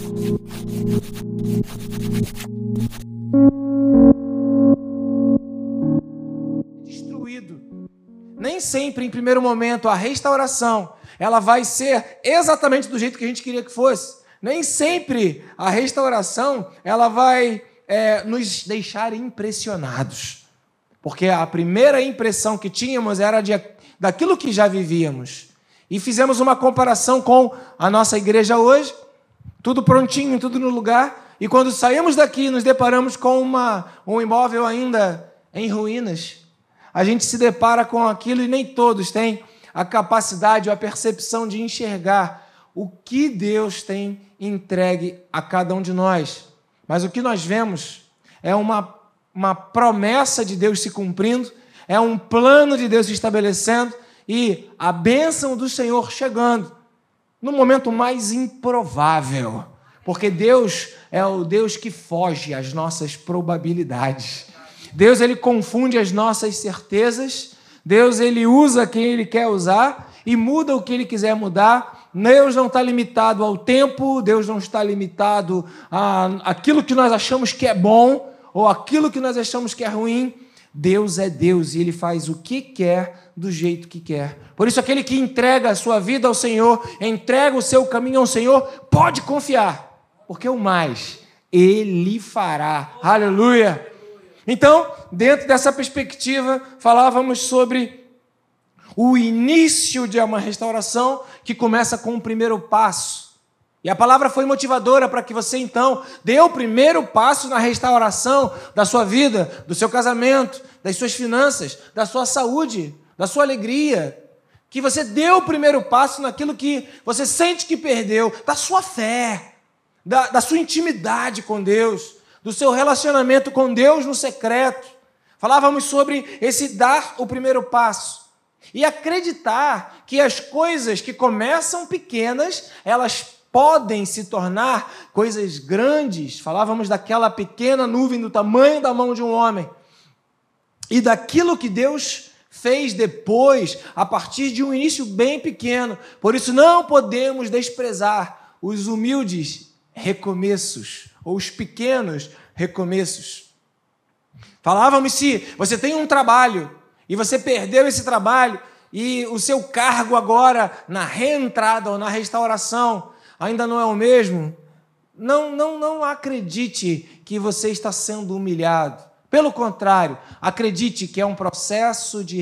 Destruído. Nem sempre, em primeiro momento, a restauração ela vai ser exatamente do jeito que a gente queria que fosse. Nem sempre a restauração ela vai nos deixar impressionados. Porque a primeira impressão que tínhamos era daquilo que já vivíamos. E fizemos uma comparação com a nossa igreja hoje, tudo prontinho, tudo no lugar. E quando saímos daqui, nos deparamos com um imóvel ainda em ruínas. A gente se depara com aquilo e nem todos têm a capacidade ou a percepção de enxergar o que Deus tem entregue a cada um de nós. Mas o que nós vemos é uma promessa de Deus se cumprindo, é um plano de Deus se estabelecendo e a bênção do Senhor chegando no momento mais improvável, porque Deus é o Deus que foge às nossas probabilidades. Deus, ele confunde as nossas certezas. Deus, ele usa quem ele quer usar e muda o que ele quiser mudar. Deus não está limitado ao tempo, Deus não está limitado àquilo que nós achamos que é bom ou aquilo que nós achamos que é ruim. Deus é Deus e ele faz o que quer do jeito que quer. Por isso, aquele que entrega a sua vida ao Senhor, entrega o seu caminho ao Senhor, pode confiar, porque o mais ele fará. Aleluia! Então, dentro dessa perspectiva, falávamos sobre o início de uma restauração que começa com o primeiro passo. E a palavra foi motivadora para que você, então, dê o primeiro passo na restauração da sua vida, do seu casamento, das suas finanças, da sua saúde, da sua alegria. Que você dê o primeiro passo naquilo que você sente que perdeu, da sua fé, da sua intimidade com Deus, do seu relacionamento com Deus no secreto. Falávamos sobre esse dar o primeiro passo e acreditar que as coisas que começam pequenas, elas podem se tornar coisas grandes. Falávamos daquela pequena nuvem do tamanho da mão de um homem e daquilo que Deus fez depois, a partir de um início bem pequeno. Por isso não podemos desprezar os humildes recomeços, ou os pequenos recomeços. Falávamos, se você tem um trabalho e você perdeu esse trabalho e o seu cargo agora na reentrada ou na restauração ainda não é o mesmo, não acredite que você está sendo humilhado. Pelo contrário, acredite que é um processo de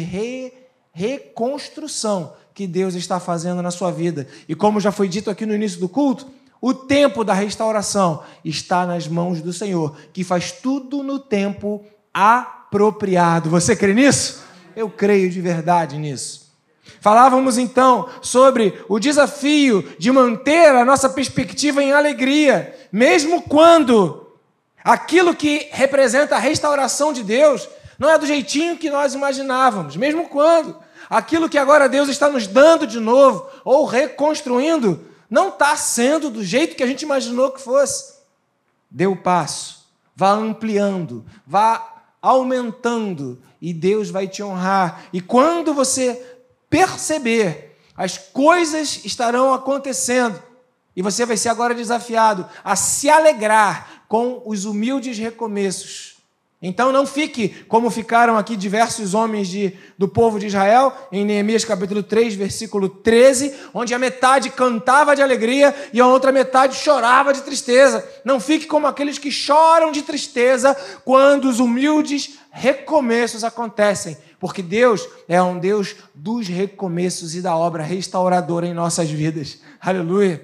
reconstrução que Deus está fazendo na sua vida. E como já foi dito aqui no início do culto, o tempo da restauração está nas mãos do Senhor, que faz tudo no tempo apropriado. Você crê nisso? Eu creio de verdade nisso. Falávamos então sobre o desafio de manter a nossa perspectiva em alegria, mesmo quando aquilo que representa a restauração de Deus não é do jeitinho que nós imaginávamos, mesmo quando aquilo que agora Deus está nos dando de novo ou reconstruindo não está sendo do jeito que a gente imaginou que fosse. Dê o passo, vá ampliando, vá aumentando e Deus vai te honrar. E quando você perceber, as coisas estarão acontecendo e você vai ser agora desafiado a se alegrar com os humildes recomeços. Então não fique como ficaram aqui diversos homens do povo de Israel, em Neemias capítulo 3, versículo 13, onde a metade cantava de alegria e a outra metade chorava de tristeza. Não fique como aqueles que choram de tristeza quando os humildes recomeços acontecem, porque Deus é um Deus dos recomeços e da obra restauradora em nossas vidas. Aleluia!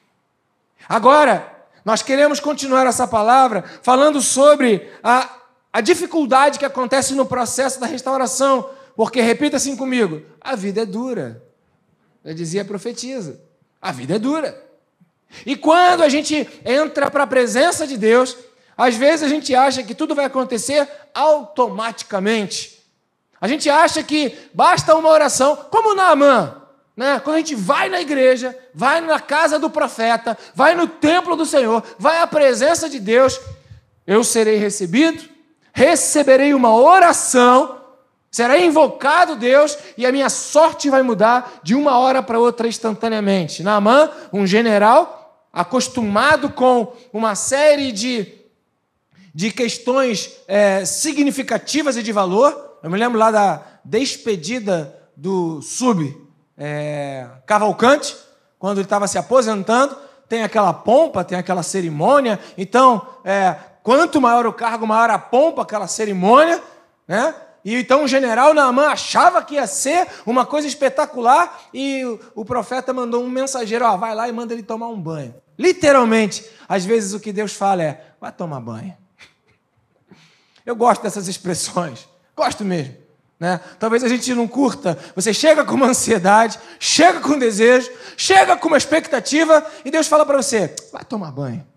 Agora, nós queremos continuar essa palavra falando sobre a dificuldade que acontece no processo da restauração, porque, repita assim comigo, a vida é dura. Já dizia a profetisa, a vida é dura. E quando a gente entra para a presença de Deus, às vezes a gente acha que tudo vai acontecer automaticamente. A gente acha que basta uma oração, como Naamã, né? Quando a gente vai na igreja, vai na casa do profeta, vai no templo do Senhor, vai à presença de Deus, eu serei recebido, receberei uma oração, será invocado Deus e a minha sorte vai mudar de uma hora para outra instantaneamente. Naamã, um general, acostumado com uma série de questões significativas e de valor. Eu me lembro lá da despedida do Cavalcante, quando ele estava se aposentando. Tem aquela pompa, tem aquela cerimônia. Então, quanto maior o cargo, maior a pompa, aquela cerimônia, né? E então o general Naamã achava que ia ser uma coisa espetacular e o profeta mandou um mensageiro, vai lá e manda ele tomar um banho. Literalmente, às vezes o que Deus fala é, vai tomar banho. Eu gosto dessas expressões, gosto mesmo. Né? Talvez a gente não curta. Você chega com uma ansiedade, chega com um desejo, chega com uma expectativa e Deus fala para você, vai tomar banho.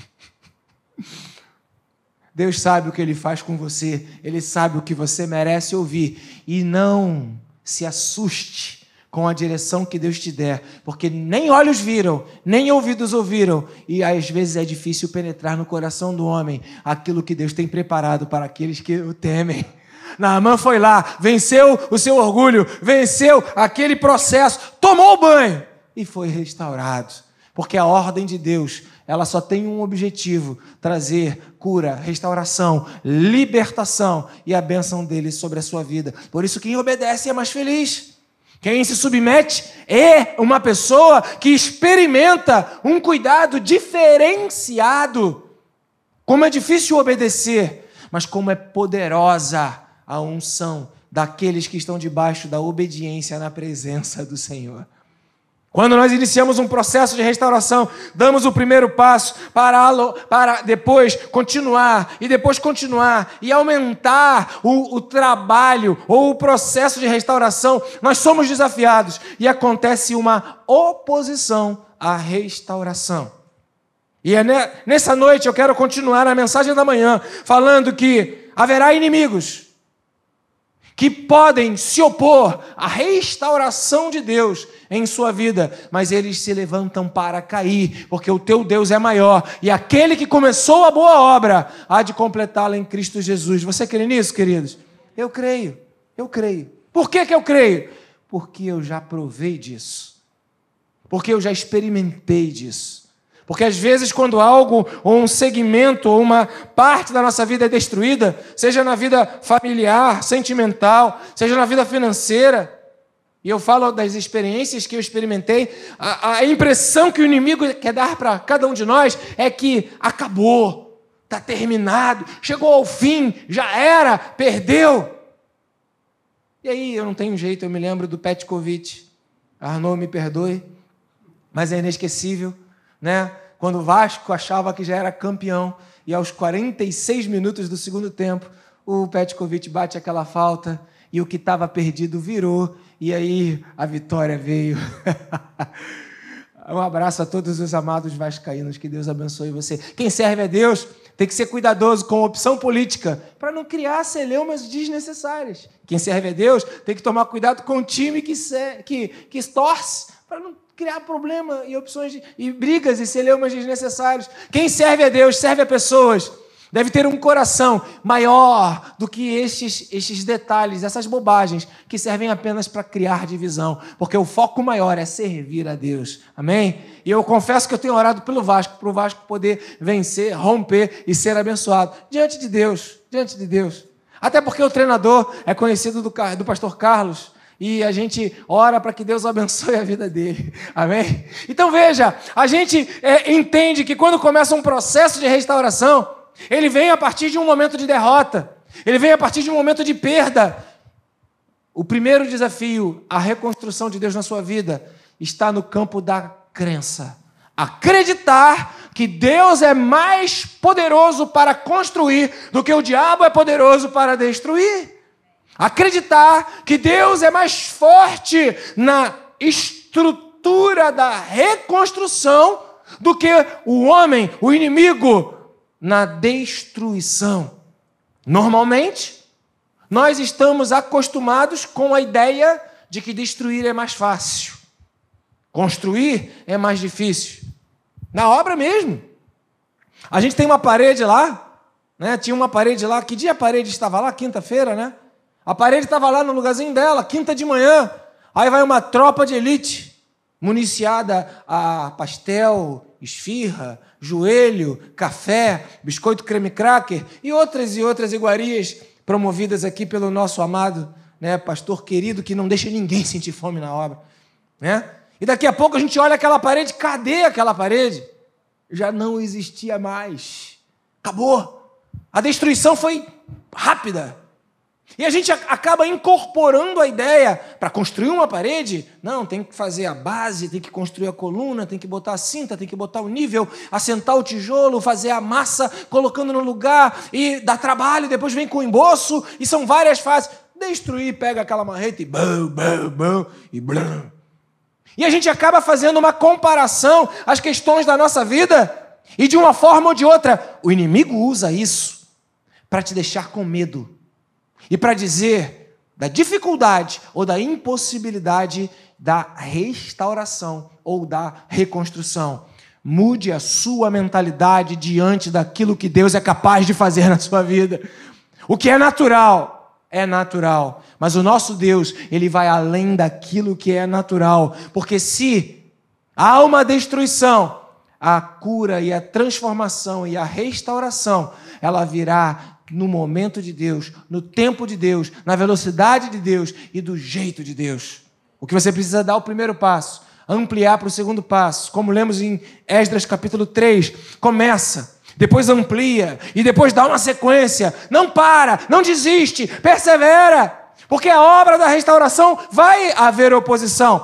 Deus sabe o que Ele faz com você, Ele sabe o que você merece ouvir. E não se assuste com a direção que Deus te der, porque nem olhos viram, nem ouvidos ouviram, e às vezes é difícil penetrar no coração do homem aquilo que Deus tem preparado para aqueles que o temem. Naamã foi lá, venceu o seu orgulho, venceu aquele processo, tomou o banho e foi restaurado. Porque a ordem de Deus, ela só tem um objetivo, trazer cura, restauração, libertação e a bênção dele sobre a sua vida. Por isso quem obedece é mais feliz. Quem se submete é uma pessoa que experimenta um cuidado diferenciado. Como é difícil obedecer, mas como é poderosa a unção daqueles que estão debaixo da obediência na presença do Senhor. Quando nós iniciamos um processo de restauração, damos o primeiro passo para depois continuar e aumentar o trabalho ou o processo de restauração, nós somos desafiados e acontece uma oposição à restauração. E nessa noite eu quero continuar a mensagem da manhã falando que haverá inimigos que podem se opor à restauração de Deus em sua vida, mas eles se levantam para cair, porque o teu Deus é maior, e aquele que começou a boa obra há de completá-la em Cristo Jesus. Você crê nisso, queridos? Eu creio. Por que eu creio? Porque eu já provei disso, porque eu já experimentei disso. Porque às vezes quando algo, ou um segmento, ou uma parte da nossa vida é destruída, seja na vida familiar, sentimental, seja na vida financeira, e eu falo das experiências que eu experimentei, a impressão que o inimigo quer dar para cada um de nós é que acabou, está terminado, chegou ao fim, já era, perdeu. E aí eu não tenho jeito, eu me lembro do Petkovic, Arnaud, me perdoe, mas é inesquecível, né? Quando o Vasco achava que já era campeão e aos 46 minutos do segundo tempo o Petkovic bate aquela falta e o que estava perdido virou e aí a vitória veio. Um abraço a todos os amados vascaínos, que Deus abençoe você. Quem serve a Deus tem que ser cuidadoso com a opção política para não criar celeumas desnecessárias. Quem serve a Deus tem que tomar cuidado com o time que torce para não criar problema e opções e brigas e celeumas desnecessários. Quem serve a Deus, serve a pessoas, deve ter um coração maior do que estes detalhes, essas bobagens que servem apenas para criar divisão, porque o foco maior é servir a Deus. Amém? E eu confesso que eu tenho orado pelo Vasco, para o Vasco poder vencer, romper e ser abençoado diante de Deus. Até porque o treinador é conhecido do pastor Carlos, e a gente ora para que Deus abençoe a vida dele. Amém? Então veja, a gente entende que quando começa um processo de restauração, ele vem a partir de um momento de derrota, ele vem a partir de um momento de perda. O primeiro desafio, a reconstrução de Deus na sua vida, está no campo da crença. Acreditar que Deus é mais poderoso para construir do que o diabo é poderoso para destruir. Acreditar que Deus é mais forte na estrutura da reconstrução do que o homem, o inimigo, na destruição. Normalmente, nós estamos acostumados com a ideia de que destruir é mais fácil, construir é mais difícil. Na obra mesmo. A gente tem uma parede lá, né? Tinha uma parede lá. Que dia a parede estava lá? Quinta-feira, né? A parede estava lá no lugarzinho dela, quinta de manhã. Aí vai uma tropa de elite. municiada a pastel, esfirra, joelho, café, biscoito creme cracker e outras iguarias promovidas aqui pelo nosso amado, né, pastor querido, que não deixa ninguém sentir fome na obra, né? E daqui a pouco a gente olha aquela parede, cadê aquela parede? Já não existia mais. Acabou. A destruição foi rápida. E a gente acaba incorporando a ideia para construir uma parede. Não, tem que fazer a base, tem que construir a coluna, tem que botar a cinta, tem que botar o nível, assentar o tijolo, fazer a massa, colocando no lugar, e dá trabalho, depois vem com o emboço, e são várias fases. Destruir, pega aquela marreta e bum, e blum. E a gente acaba fazendo uma comparação às questões da nossa vida, e de uma forma ou de outra, o inimigo usa isso para te deixar com medo. E para dizer da dificuldade ou da impossibilidade da restauração ou da reconstrução. Mude a sua mentalidade diante daquilo que Deus é capaz de fazer na sua vida. O que é natural, mas o nosso Deus, ele vai além daquilo que é natural. Porque se há uma destruição, a cura e a transformação e a restauração, ela virá no momento de Deus, no tempo de Deus, na velocidade de Deus e do jeito de Deus. O que você precisa dar o primeiro passo, ampliar para o segundo passo, como lemos em Esdras capítulo 3, começa, depois amplia e depois dá uma sequência, não para, não desiste, persevera, porque a obra da restauração vai haver oposição.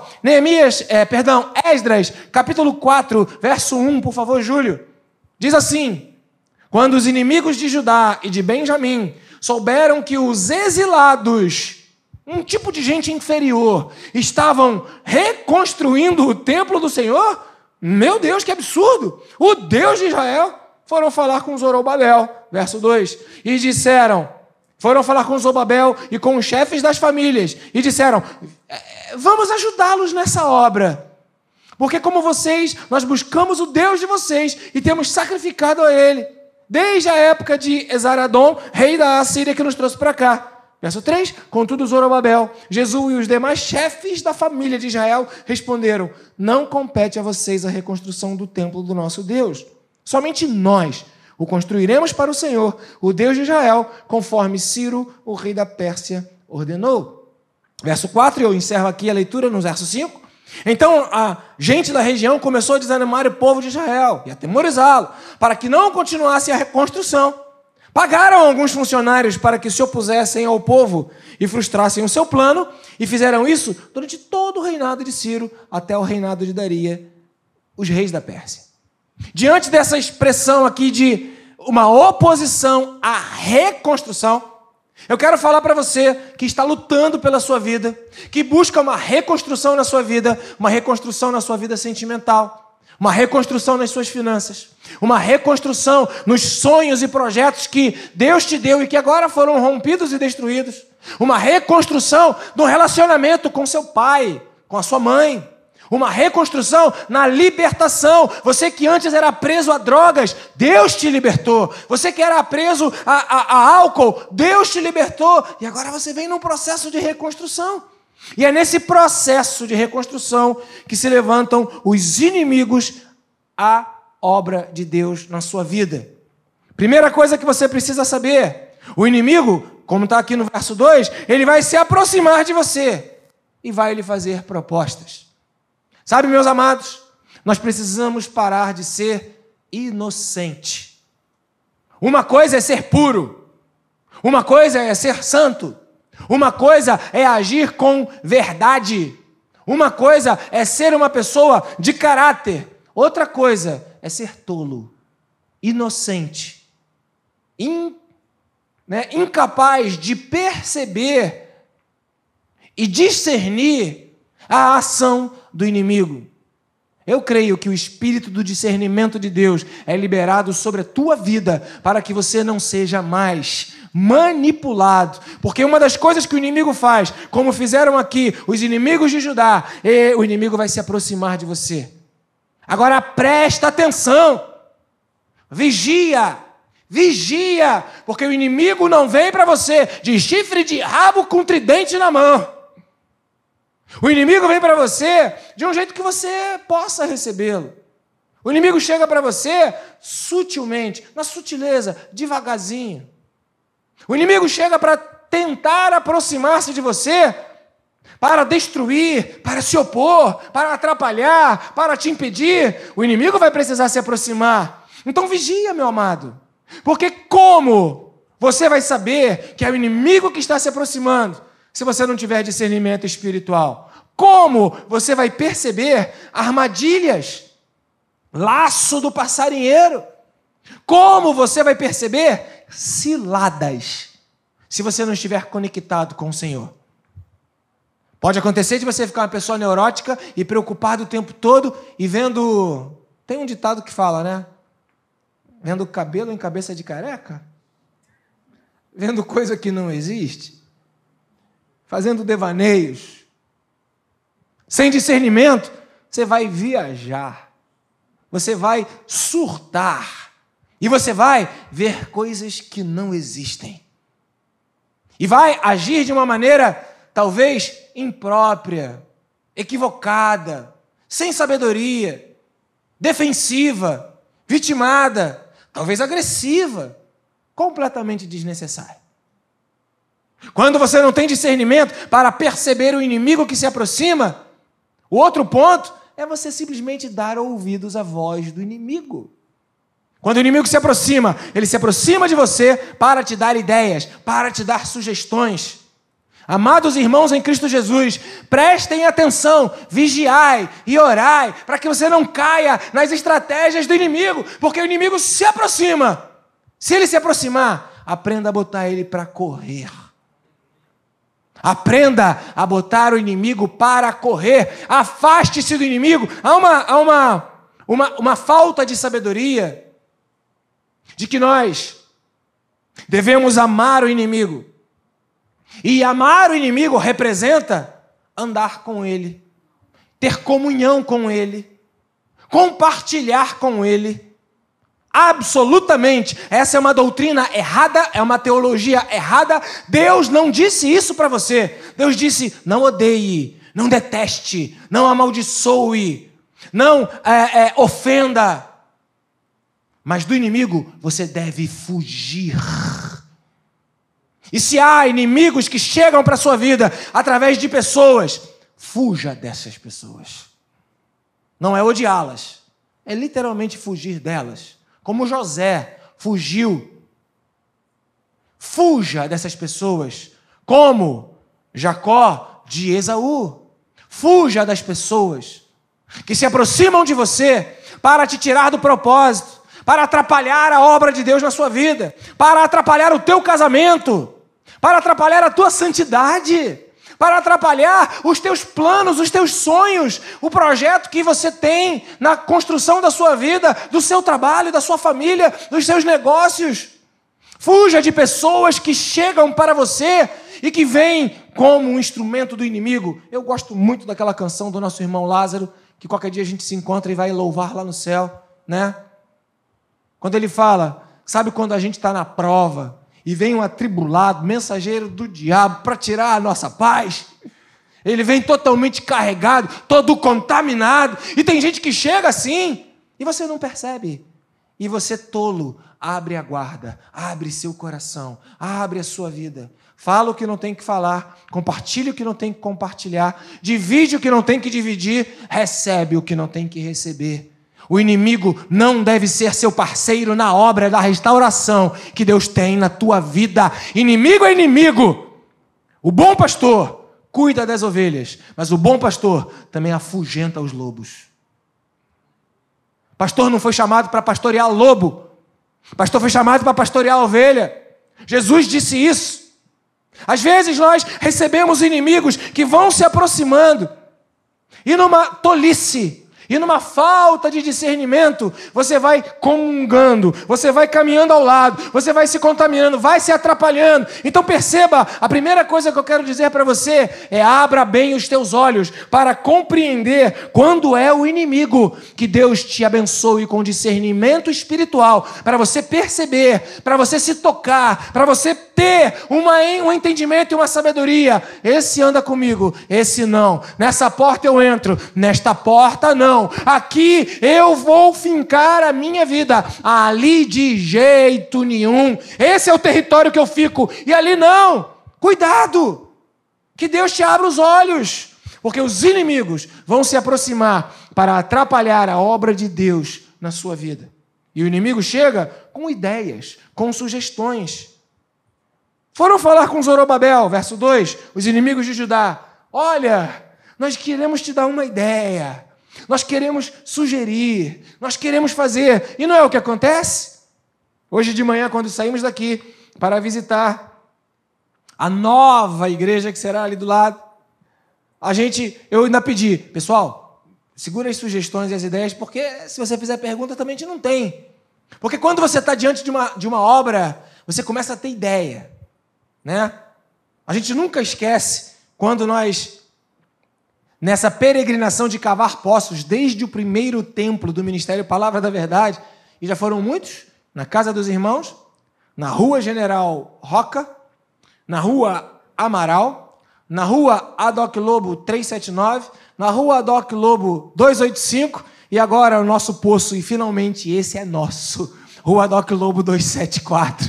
Esdras capítulo 4, verso 1, por favor, Júlio, diz assim: quando os inimigos de Judá e de Benjamim souberam que os exilados, um tipo de gente inferior, estavam reconstruindo o templo do Senhor, meu Deus, que absurdo! O Deus de Israel, foram falar com Zorobabel, verso 2, e disseram, foram falar com Zorobabel e com os chefes das famílias, e disseram, vamos ajudá-los nessa obra. Porque como vocês, nós buscamos o Deus de vocês e temos sacrificado a Ele. Desde a época de Esaradom, rei da Assíria, que nos trouxe para cá. Verso 3, contudo Zorobabel, Jesus e os demais chefes da família de Israel responderam, não compete a vocês a reconstrução do templo do nosso Deus. Somente nós o construiremos para o Senhor, o Deus de Israel, conforme Ciro, o rei da Pérsia, ordenou. Verso 4, eu encerro aqui a leitura no verso 5. Então a gente da região começou a desanimar o povo de Israel e atemorizá-lo, para que não continuasse a reconstrução. Pagaram alguns funcionários para que se opusessem ao povo e frustrassem o seu plano, e fizeram isso durante todo o reinado de Ciro, até o reinado de Daria, os reis da Pérsia. Diante dessa expressão aqui de uma oposição à reconstrução, eu quero falar para você que está lutando pela sua vida, que busca uma reconstrução na sua vida sentimental, uma reconstrução nas suas finanças, uma reconstrução nos sonhos e projetos que Deus te deu e que agora foram rompidos e destruídos, uma reconstrução no relacionamento com seu pai, com a sua mãe, uma reconstrução na libertação. Você que antes era preso a drogas, Deus te libertou. Você que era preso a álcool, Deus te libertou. E agora você vem num processo de reconstrução. E é nesse processo de reconstrução que se levantam os inimigos à obra de Deus na sua vida. Primeira coisa que você precisa saber, o inimigo, como está aqui no verso 2, ele vai se aproximar de você e vai lhe fazer propostas. Sabe, meus amados, nós precisamos parar de ser inocente. Uma coisa é ser puro, uma coisa é ser santo, uma coisa é agir com verdade, uma coisa é ser uma pessoa de caráter, outra coisa é ser tolo, inocente, incapaz de perceber e discernir a ação do inimigo. Eu creio que o espírito do discernimento de Deus é liberado sobre a tua vida para que você não seja mais manipulado. Porque uma das coisas que o inimigo faz, como fizeram aqui os inimigos de Judá, o inimigo vai se aproximar de você. Agora presta atenção. Vigia, porque o inimigo não vem para você de chifre de rabo com tridente na mão. O inimigo vem para você de um jeito que você possa recebê-lo. O inimigo chega para você sutilmente, na sutileza, devagarzinho. O inimigo chega para tentar aproximar-se de você, para destruir, para se opor, para atrapalhar, para te impedir. O inimigo vai precisar se aproximar. Então vigia, meu amado. Porque como você vai saber que é o inimigo que está se aproximando se você não tiver discernimento espiritual? Como você vai perceber armadilhas, laço do passarinheiro? Como você vai perceber ciladas se você não estiver conectado com o Senhor? Pode acontecer de você ficar uma pessoa neurótica e preocupada o tempo todo e vendo... Tem um ditado que fala, né? Vendo cabelo em cabeça de careca? Vendo coisa que não existe? Fazendo devaneios? Sem discernimento, você vai viajar. Você vai surtar. E você vai ver coisas que não existem. E vai agir de uma maneira, talvez, imprópria, equivocada, sem sabedoria, defensiva, vitimada, talvez agressiva, completamente desnecessária. Quando você não tem discernimento para perceber o inimigo que se aproxima, o outro ponto é você simplesmente dar ouvidos à voz do inimigo. Quando o inimigo se aproxima, ele se aproxima de você para te dar ideias, para te dar sugestões. Amados irmãos em Cristo Jesus, prestem atenção, vigiai e orai, para que você não caia nas estratégias do inimigo, porque o inimigo se aproxima. Se ele se aproximar, aprenda a botar ele para correr. Aprenda a botar o inimigo para correr. Afaste-se do inimigo. Há uma falta de sabedoria de que nós devemos amar o inimigo. E amar o inimigo representa andar com ele, ter comunhão com ele, compartilhar com ele. Absolutamente. Essa é uma doutrina errada, é uma teologia errada. Deus não disse isso para você. Deus disse, não odeie, não deteste, não amaldiçoe, não ofenda. Mas do inimigo você deve fugir. E se há inimigos que chegam para a sua vida através de pessoas, fuja dessas pessoas. Não é odiá-las, é literalmente fugir delas. Como José fugiu. Fuja dessas pessoas. Como Jacó de Esaú. Fuja das pessoas que se aproximam de você para te tirar do propósito, para atrapalhar a obra de Deus na sua vida, para atrapalhar o teu casamento, para atrapalhar a tua santidade, para atrapalhar os teus planos, os teus sonhos, o projeto que você tem na construção da sua vida, do seu trabalho, da sua família, dos seus negócios. Fuja de pessoas que chegam para você e que vêm como um instrumento do inimigo. Eu gosto muito daquela canção do nosso irmão Lázaro, que qualquer dia a gente se encontra e vai louvar lá no céu, né? Quando ele fala, sabe quando a gente está na prova e vem um atribulado, mensageiro do diabo para tirar a nossa paz? Ele vem totalmente carregado, todo contaminado, e tem gente que chega assim e você não percebe. E você, tolo, abre a guarda, abre seu coração, abre a sua vida. Fala o que não tem que falar, compartilha o que não tem que compartilhar, divide o que não tem que dividir, recebe o que não tem que receber. O inimigo não deve ser seu parceiro na obra da restauração que Deus tem na tua vida. Inimigo é inimigo. O bom pastor cuida das ovelhas, mas o bom pastor também afugenta os lobos. Pastor não foi chamado para pastorear lobo. Pastor foi chamado para pastorear a ovelha. Jesus disse isso. Às vezes nós recebemos inimigos que vão se aproximando e numa tolice, e numa falta de discernimento, você vai comungando, você vai caminhando ao lado, você vai se contaminando, vai se atrapalhando. Então perceba, a primeira coisa que eu quero dizer para você é: abra bem os teus olhos para compreender quando é o inimigo. Que Deus te abençoe com discernimento espiritual, para você perceber, para você se tocar, para você ter um entendimento e uma sabedoria. Esse anda comigo, esse não. Nessa porta eu entro, nesta porta não. Aqui eu vou fincar a minha vida, ali de jeito nenhum. Esse é o território que eu fico, e ali não. Cuidado, que Deus te abra os olhos, porque os inimigos vão se aproximar para atrapalhar a obra de Deus na sua vida. E o inimigo chega com ideias, com sugestões. Foram falar com Zorobabel, verso 2, os inimigos de Judá. Olha, nós queremos te dar uma ideia, nós queremos sugerir, nós queremos fazer. E não é o que acontece? Hoje de manhã, quando saímos daqui para visitar a nova igreja que será ali do lado, eu ainda pedi, pessoal, segura as sugestões e as ideias, porque se você fizer pergunta também a gente não tem. Porque quando você está diante de uma obra, você começa a ter ideia, né? A gente nunca esquece quando nós, nessa peregrinação de cavar poços, desde o primeiro templo do Ministério Palavra da Verdade, e já foram muitos, na Casa dos Irmãos, na Rua General Roca, na Rua Amaral, na Rua Adoc Lobo 379, na Rua Adoc Lobo 285, e agora o nosso poço, e finalmente esse é nosso, Rua Adoc Lobo 274.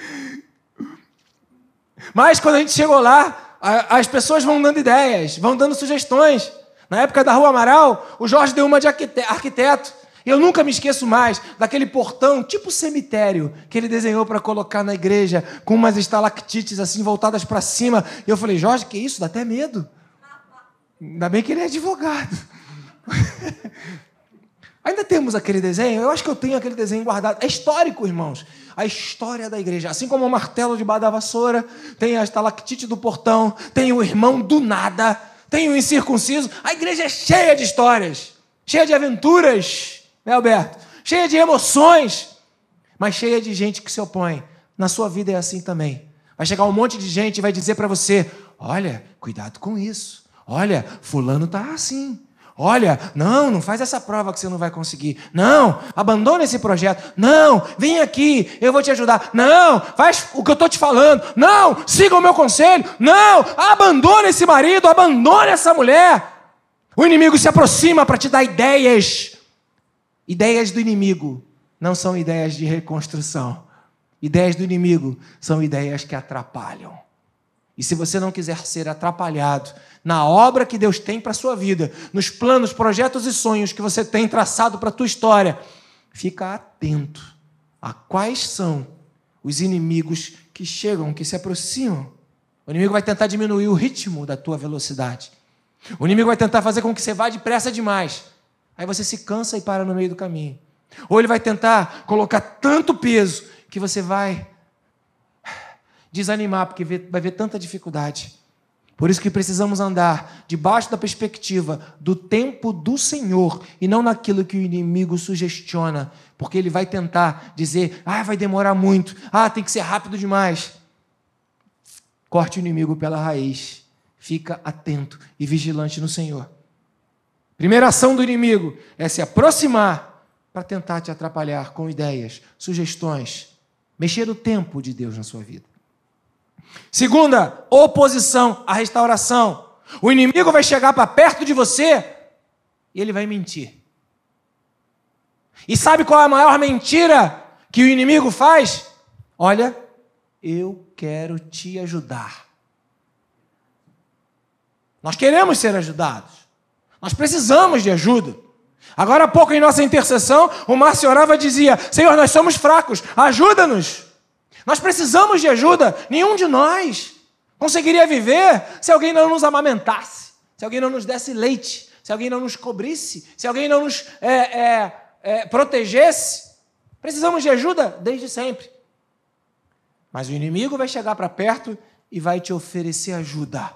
Mas quando a gente chegou lá, as pessoas vão dando ideias, vão dando sugestões. Na época da Rua Amaral, o Jorge deu uma de arquiteto. E eu nunca me esqueço mais daquele portão, tipo cemitério, que ele desenhou para colocar na igreja, com umas estalactites assim, voltadas para cima. E eu falei, Jorge, que isso? Dá até medo. Ainda bem que ele é advogado. Ainda temos aquele desenho? Eu acho que eu tenho aquele desenho guardado. É histórico, irmãos. A história da igreja. Assim como o martelo debaixo da vassoura, tem a estalactite do portão, tem o irmão do nada, tem o incircunciso. A igreja é cheia de histórias, cheia de aventuras, né, Alberto? Cheia de emoções, mas cheia de gente que se opõe. Na sua vida é assim também. Vai chegar um monte de gente e vai dizer para você, olha, cuidado com isso. Olha, fulano está assim. Olha, não faz essa prova que você não vai conseguir. Não, abandona esse projeto. Não, vem aqui, eu vou te ajudar. Não, faz o que eu estou te falando. Não, siga o meu conselho. Não, abandona esse marido, abandona essa mulher. O inimigo se aproxima para te dar ideias. Ideias do inimigo não são ideias de reconstrução. Ideias do inimigo são ideias que atrapalham. E se você não quiser ser atrapalhado na obra que Deus tem para a sua vida, nos planos, projetos e sonhos que você tem traçado para a tua história, fica atento a quais são os inimigos que chegam, que se aproximam. O inimigo vai tentar diminuir o ritmo da tua velocidade. O inimigo vai tentar fazer com que você vá depressa demais. Aí você se cansa e para no meio do caminho. Ou ele vai tentar colocar tanto peso que você vai desanimar, porque vai ver tanta dificuldade. Por isso que precisamos andar debaixo da perspectiva do tempo do Senhor e não naquilo que o inimigo sugestiona, porque ele vai tentar dizer, vai demorar muito, tem que ser rápido demais. Corte o inimigo pela raiz, fica atento e vigilante no Senhor. Primeira ação do inimigo é se aproximar para tentar te atrapalhar com ideias, sugestões, mexer o tempo de Deus na sua vida. Segunda, oposição à restauração. O inimigo vai chegar para perto de você e ele vai mentir. E sabe qual é a maior mentira que o inimigo faz? Olha, eu quero te ajudar. Nós queremos ser ajudados. Nós precisamos de ajuda. Agora há pouco em nossa intercessão, o Márcio orava e dizia, Senhor, nós somos fracos, ajuda-nos. Nós precisamos de ajuda. Nenhum de nós conseguiria viver se alguém não nos amamentasse, se alguém não nos desse leite, se alguém não nos cobrisse, se alguém não nos protegesse. Precisamos de ajuda desde sempre. Mas o inimigo vai chegar para perto e vai te oferecer ajuda.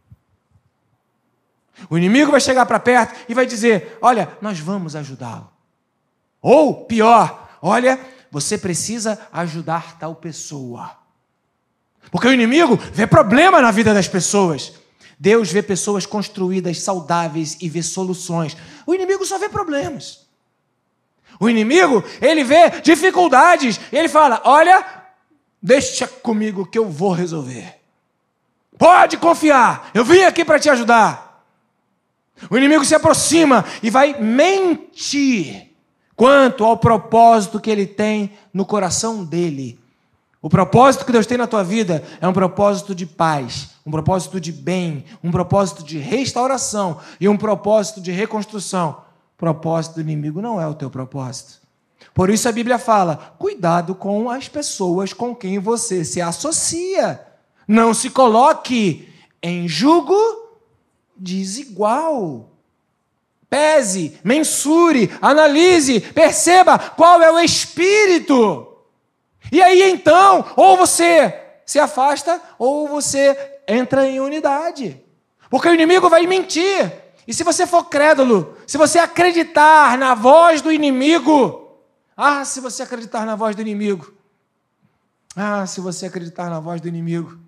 O inimigo vai chegar para perto e vai dizer, olha, nós vamos ajudá-lo. Ou, pior, olha, você precisa ajudar tal pessoa. Porque o inimigo vê problema na vida das pessoas. Deus vê pessoas construídas, saudáveis e vê soluções. O inimigo só vê problemas. O inimigo, ele vê dificuldades. Ele fala, olha, Deixa comigo que eu vou resolver. Pode confiar, eu vim aqui para te ajudar. O inimigo se aproxima e vai mentir quanto ao propósito que ele tem no coração dele. O propósito que Deus tem na tua vida é um propósito de paz, um propósito de bem, um propósito de restauração e um propósito de reconstrução. O propósito do inimigo não é o teu propósito. Por isso a Bíblia fala, cuidado com as pessoas com quem você se associa. Não se coloque em jugo desigual. Pese, mensure, analise, perceba qual é o espírito. E aí então, ou você se afasta, ou você entra em unidade. Porque o inimigo vai mentir. E se você for crédulo, se você acreditar na voz do inimigo, se você acreditar na voz do inimigo, se você acreditar na voz do inimigo,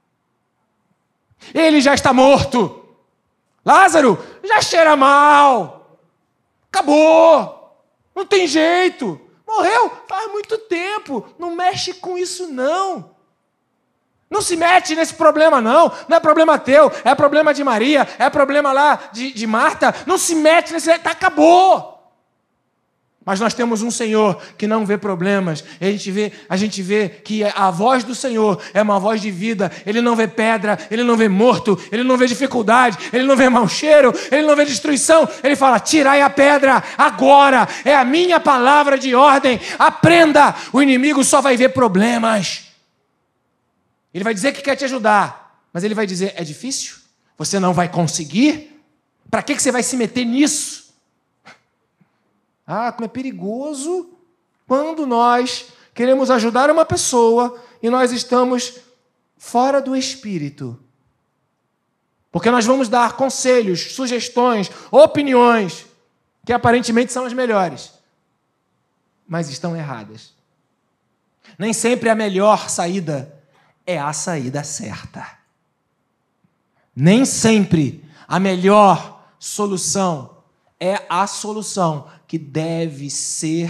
ele já está morto. Lázaro já cheira mal. Acabou. Não tem jeito. Morreu faz muito tempo. Não mexe com isso, não. Não se mete nesse problema, não. Não é problema teu. É problema de Maria. É problema lá de Marta. Não se mete nesse... Acabou. Mas nós temos um Senhor que não vê problemas. A gente vê que a voz do Senhor é uma voz de vida. Ele não vê pedra, ele não vê morto, ele não vê dificuldade, ele não vê mau cheiro, ele não vê destruição. Ele fala, tirai a pedra agora. É a minha palavra de ordem. Aprenda. O inimigo só vai ver problemas. Ele vai dizer que quer te ajudar, mas ele vai dizer, é difícil? Você não vai conseguir? Para que você vai se meter nisso? Como é perigoso quando nós queremos ajudar uma pessoa e nós estamos fora do espírito. Porque nós vamos dar conselhos, sugestões, opiniões, que aparentemente são as melhores, mas estão erradas. Nem sempre a melhor saída é a saída certa. Nem sempre a melhor solução é a solução que deve ser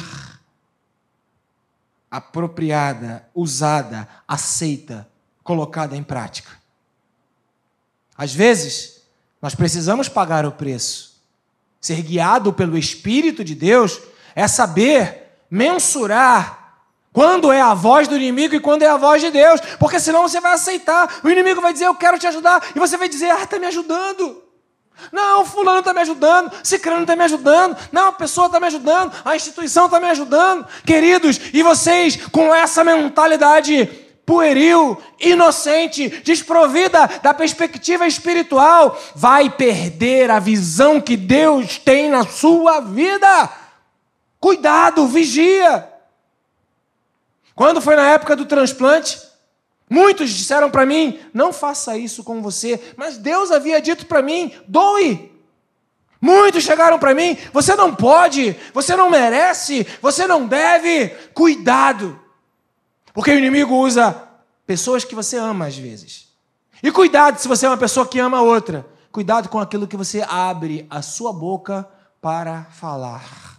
apropriada, usada, aceita, colocada em prática. Às vezes, nós precisamos pagar o preço. Ser guiado pelo Espírito de Deus é saber mensurar quando é a voz do inimigo e quando é a voz de Deus, porque senão você vai aceitar. O inimigo vai dizer, eu quero te ajudar, e você vai dizer, está me ajudando. Não, fulano está me ajudando, cicrano está me ajudando, não, a pessoa está me ajudando, a instituição está me ajudando. Queridos, e vocês com essa mentalidade pueril, inocente, desprovida da perspectiva espiritual, vai perder a visão que Deus tem na sua vida. Cuidado, vigia. Quando foi na época do transplante, muitos disseram para mim, não faça isso com você, mas Deus havia dito para mim, doe. Muitos chegaram para mim, você não pode, você não merece, você não deve. Cuidado, porque o inimigo usa pessoas que você ama às vezes. E cuidado se você é uma pessoa que ama outra. Cuidado com aquilo que você abre a sua boca para falar.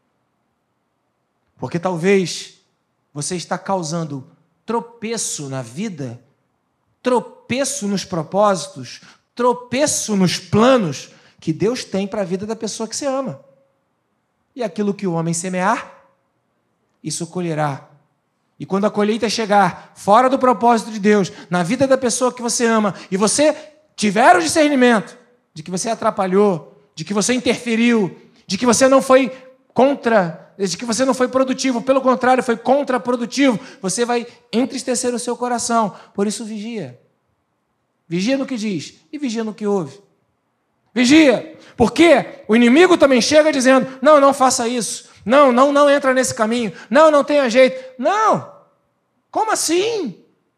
Porque talvez você está causando tropeço na vida, tropeço nos propósitos, tropeço nos planos que Deus tem para a vida da pessoa que você ama. E aquilo que o homem semear, isso colherá. E quando a colheita chegar fora do propósito de Deus, na vida da pessoa que você ama, e você tiver o discernimento de que você atrapalhou, de que você interferiu, de que você não foi de que você não foi produtivo, pelo contrário, foi contraprodutivo, você vai entristecer o seu coração. Por isso, vigia. Vigia no que diz e vigia no que ouve. Vigia, porque o inimigo também chega dizendo, não faça isso, não entra nesse caminho, não tenha jeito. Não! Como assim?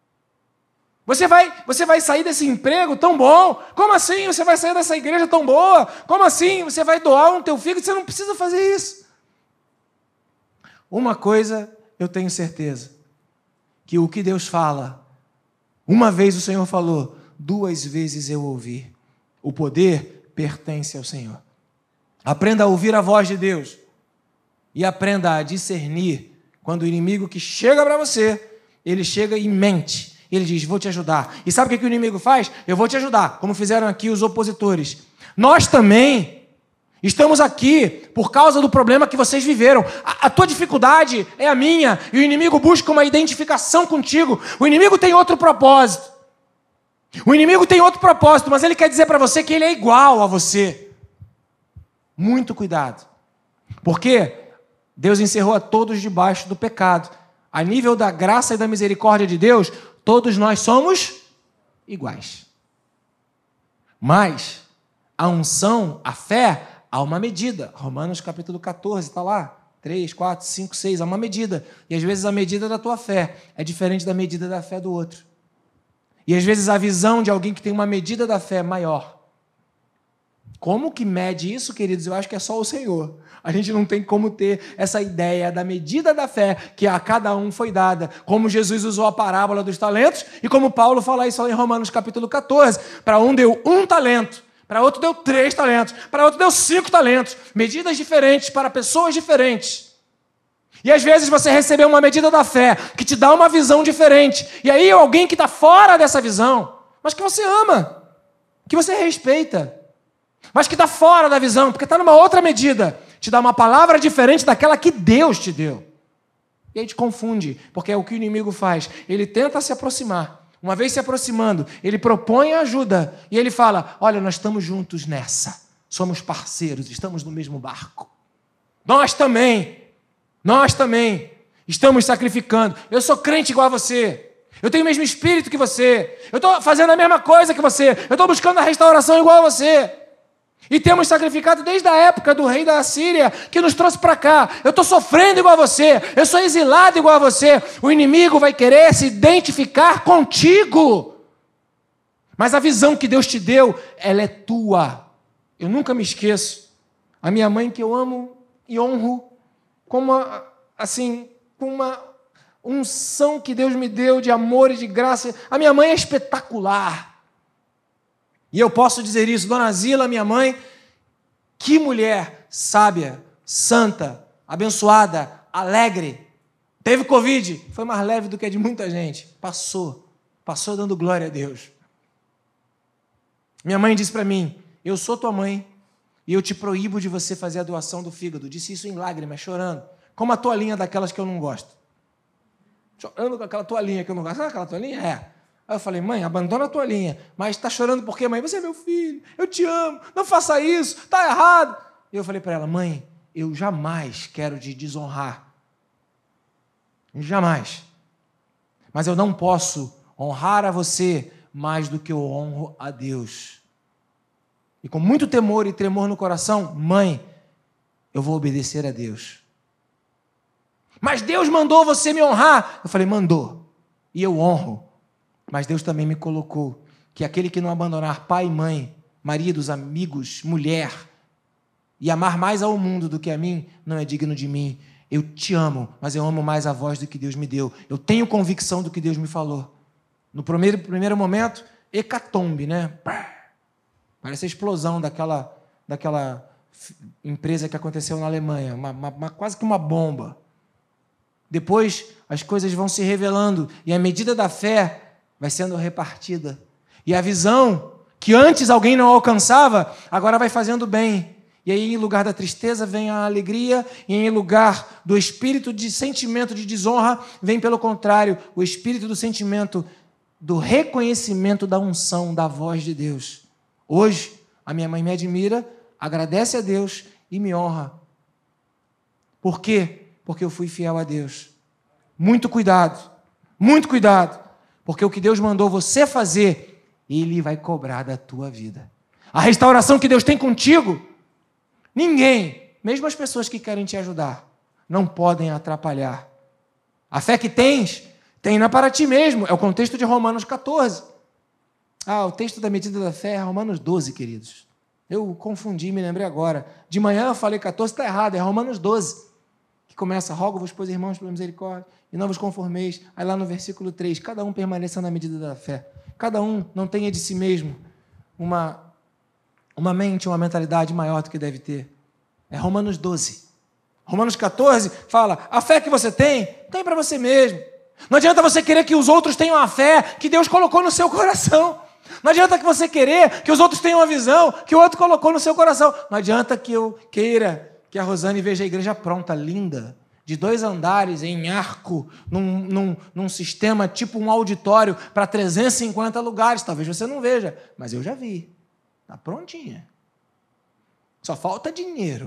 Você vai sair desse emprego tão bom? Como assim você vai sair dessa igreja tão boa? Como assim você vai doar um teu filho? Você não precisa fazer isso. Uma coisa eu tenho certeza, que o que Deus fala, uma vez o Senhor falou, 2 vezes eu ouvi. O poder pertence ao Senhor. Aprenda a ouvir a voz de Deus e aprenda a discernir quando o inimigo que chega para você ele chega e mente. Ele diz, vou te ajudar. E sabe o que o inimigo faz? Eu vou te ajudar, como fizeram aqui os opositores. Nós também estamos aqui por causa do problema que vocês viveram. A tua dificuldade é a minha, e o inimigo busca uma identificação contigo. O inimigo tem outro propósito. O inimigo tem outro propósito, mas ele quer dizer para você que ele é igual a você. Muito cuidado. Porque Deus encerrou a todos debaixo do pecado. A nível da graça e da misericórdia de Deus, todos nós somos iguais. Mas a unção, a fé, há uma medida. Romanos capítulo 14, está lá. 3, 4, 5, 6, há uma medida. E às vezes a medida da tua fé é diferente da medida da fé do outro. E às vezes a visão de alguém que tem uma medida da fé maior. Como que mede isso, queridos? Eu acho que é só o Senhor. A gente não tem como ter essa ideia da medida da fé que a cada um foi dada. Como Jesus usou a parábola dos talentos e como Paulo fala isso lá em Romanos capítulo 14. Para um deu 1 talento, para outro deu 3 talentos, para outro deu 5 talentos. Medidas diferentes para pessoas diferentes. E às vezes você recebeu uma medida da fé que te dá uma visão diferente. E aí alguém que está fora dessa visão, mas que você ama, que você respeita, mas que está fora da visão, porque está numa outra medida, te dá uma palavra diferente daquela que Deus te deu. E aí te confunde, porque é o que o inimigo faz. Ele tenta se aproximar. Uma vez se aproximando, ele propõe ajuda. E ele fala, olha, nós estamos juntos nessa. Somos parceiros, estamos no mesmo barco. Nós também estamos sacrificando. Eu sou crente igual a você. Eu tenho o mesmo espírito que você. Eu estou fazendo a mesma coisa que você. Eu estou buscando a restauração igual a você. E temos sacrificado desde a época do rei da Assíria, que nos trouxe para cá. Eu estou sofrendo igual a você. Eu sou exilado igual a você. O inimigo vai querer se identificar contigo. Mas a visão que Deus te deu, ela é tua. Eu nunca me esqueço. A minha mãe, que eu amo e honro, com uma unção que Deus me deu de amor e de graça. A minha mãe é espetacular. E eu posso dizer isso, Dona Zila, minha mãe, que mulher sábia, santa, abençoada, alegre. Teve Covid, foi mais leve do que a de muita gente. Passou dando glória a Deus. Minha mãe disse para mim, eu sou tua mãe e eu te proíbo de você fazer a doação do fígado. Disse isso em lágrimas, chorando, como a toalhinha daquelas que eu não gosto. Chorando com aquela toalhinha que eu não gosto. Sabe aquela toalhinha? É. Aí eu falei, mãe, abandona a tua linha. Mas está chorando por quê, mãe? Você é meu filho, eu te amo, não faça isso, está errado. E eu falei para ela, mãe, eu jamais quero te desonrar. Jamais. Mas eu não posso honrar a você mais do que eu honro a Deus. E com muito temor e tremor no coração, mãe, eu vou obedecer a Deus. Mas Deus mandou você me honrar. Eu falei, mandou. E eu honro. Mas Deus também me colocou que aquele que não abandonar pai e mãe, maridos, amigos, mulher, e amar mais ao mundo do que a mim, não é digno de mim. Eu te amo, mas eu amo mais a voz do que Deus me deu. Eu tenho convicção do que Deus me falou. No primeiro momento, hecatombe, né? Parece a explosão daquela empresa que aconteceu na Alemanha, quase que uma bomba. Depois, as coisas vão se revelando e a medida da fé vai sendo repartida. E a visão que antes alguém não alcançava, agora vai fazendo bem. E aí, em lugar da tristeza, vem a alegria, e em lugar do espírito de sentimento de desonra, vem, pelo contrário, o espírito do sentimento do reconhecimento da unção, da voz de Deus. Hoje, a minha mãe me admira, agradece a Deus e me honra. Por quê? Porque eu fui fiel a Deus. Muito cuidado, porque o que Deus mandou você fazer, Ele vai cobrar da tua vida. A restauração que Deus tem contigo, ninguém, mesmo as pessoas que querem te ajudar, não podem atrapalhar. A fé que tens, tenha para ti mesmo. É o contexto de Romanos 14. O texto da medida da fé é Romanos 12, queridos. Eu confundi, me lembrei agora. De manhã eu falei 14, está errado, é Romanos 12. Que começa, rogo-vos, pois, irmãos, pela misericórdia, e não vos conformeis. Aí lá no versículo 3, cada um permaneça na medida da fé. Cada um não tenha de si mesmo uma mente, uma mentalidade maior do que deve ter. É Romanos 12. Romanos 14 fala, a fé que você tem para você mesmo. Não adianta você querer que os outros tenham a fé que Deus colocou no seu coração. Não adianta que você querer que os outros tenham a visão que o outro colocou no seu coração. Não adianta que eu queira que a Rosane veja a igreja pronta, linda, de 2 andares, em arco, num sistema tipo um auditório para 350 lugares. Talvez você não veja, mas eu já vi. Está prontinha. Só falta dinheiro.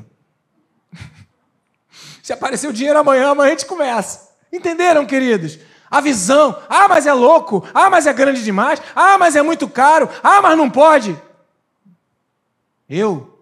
Se aparecer o dinheiro amanhã a gente começa. Entenderam, queridos? A visão. Ah, mas é louco. Ah, mas é grande demais. Ah, mas é muito caro. Ah, mas não pode. Eu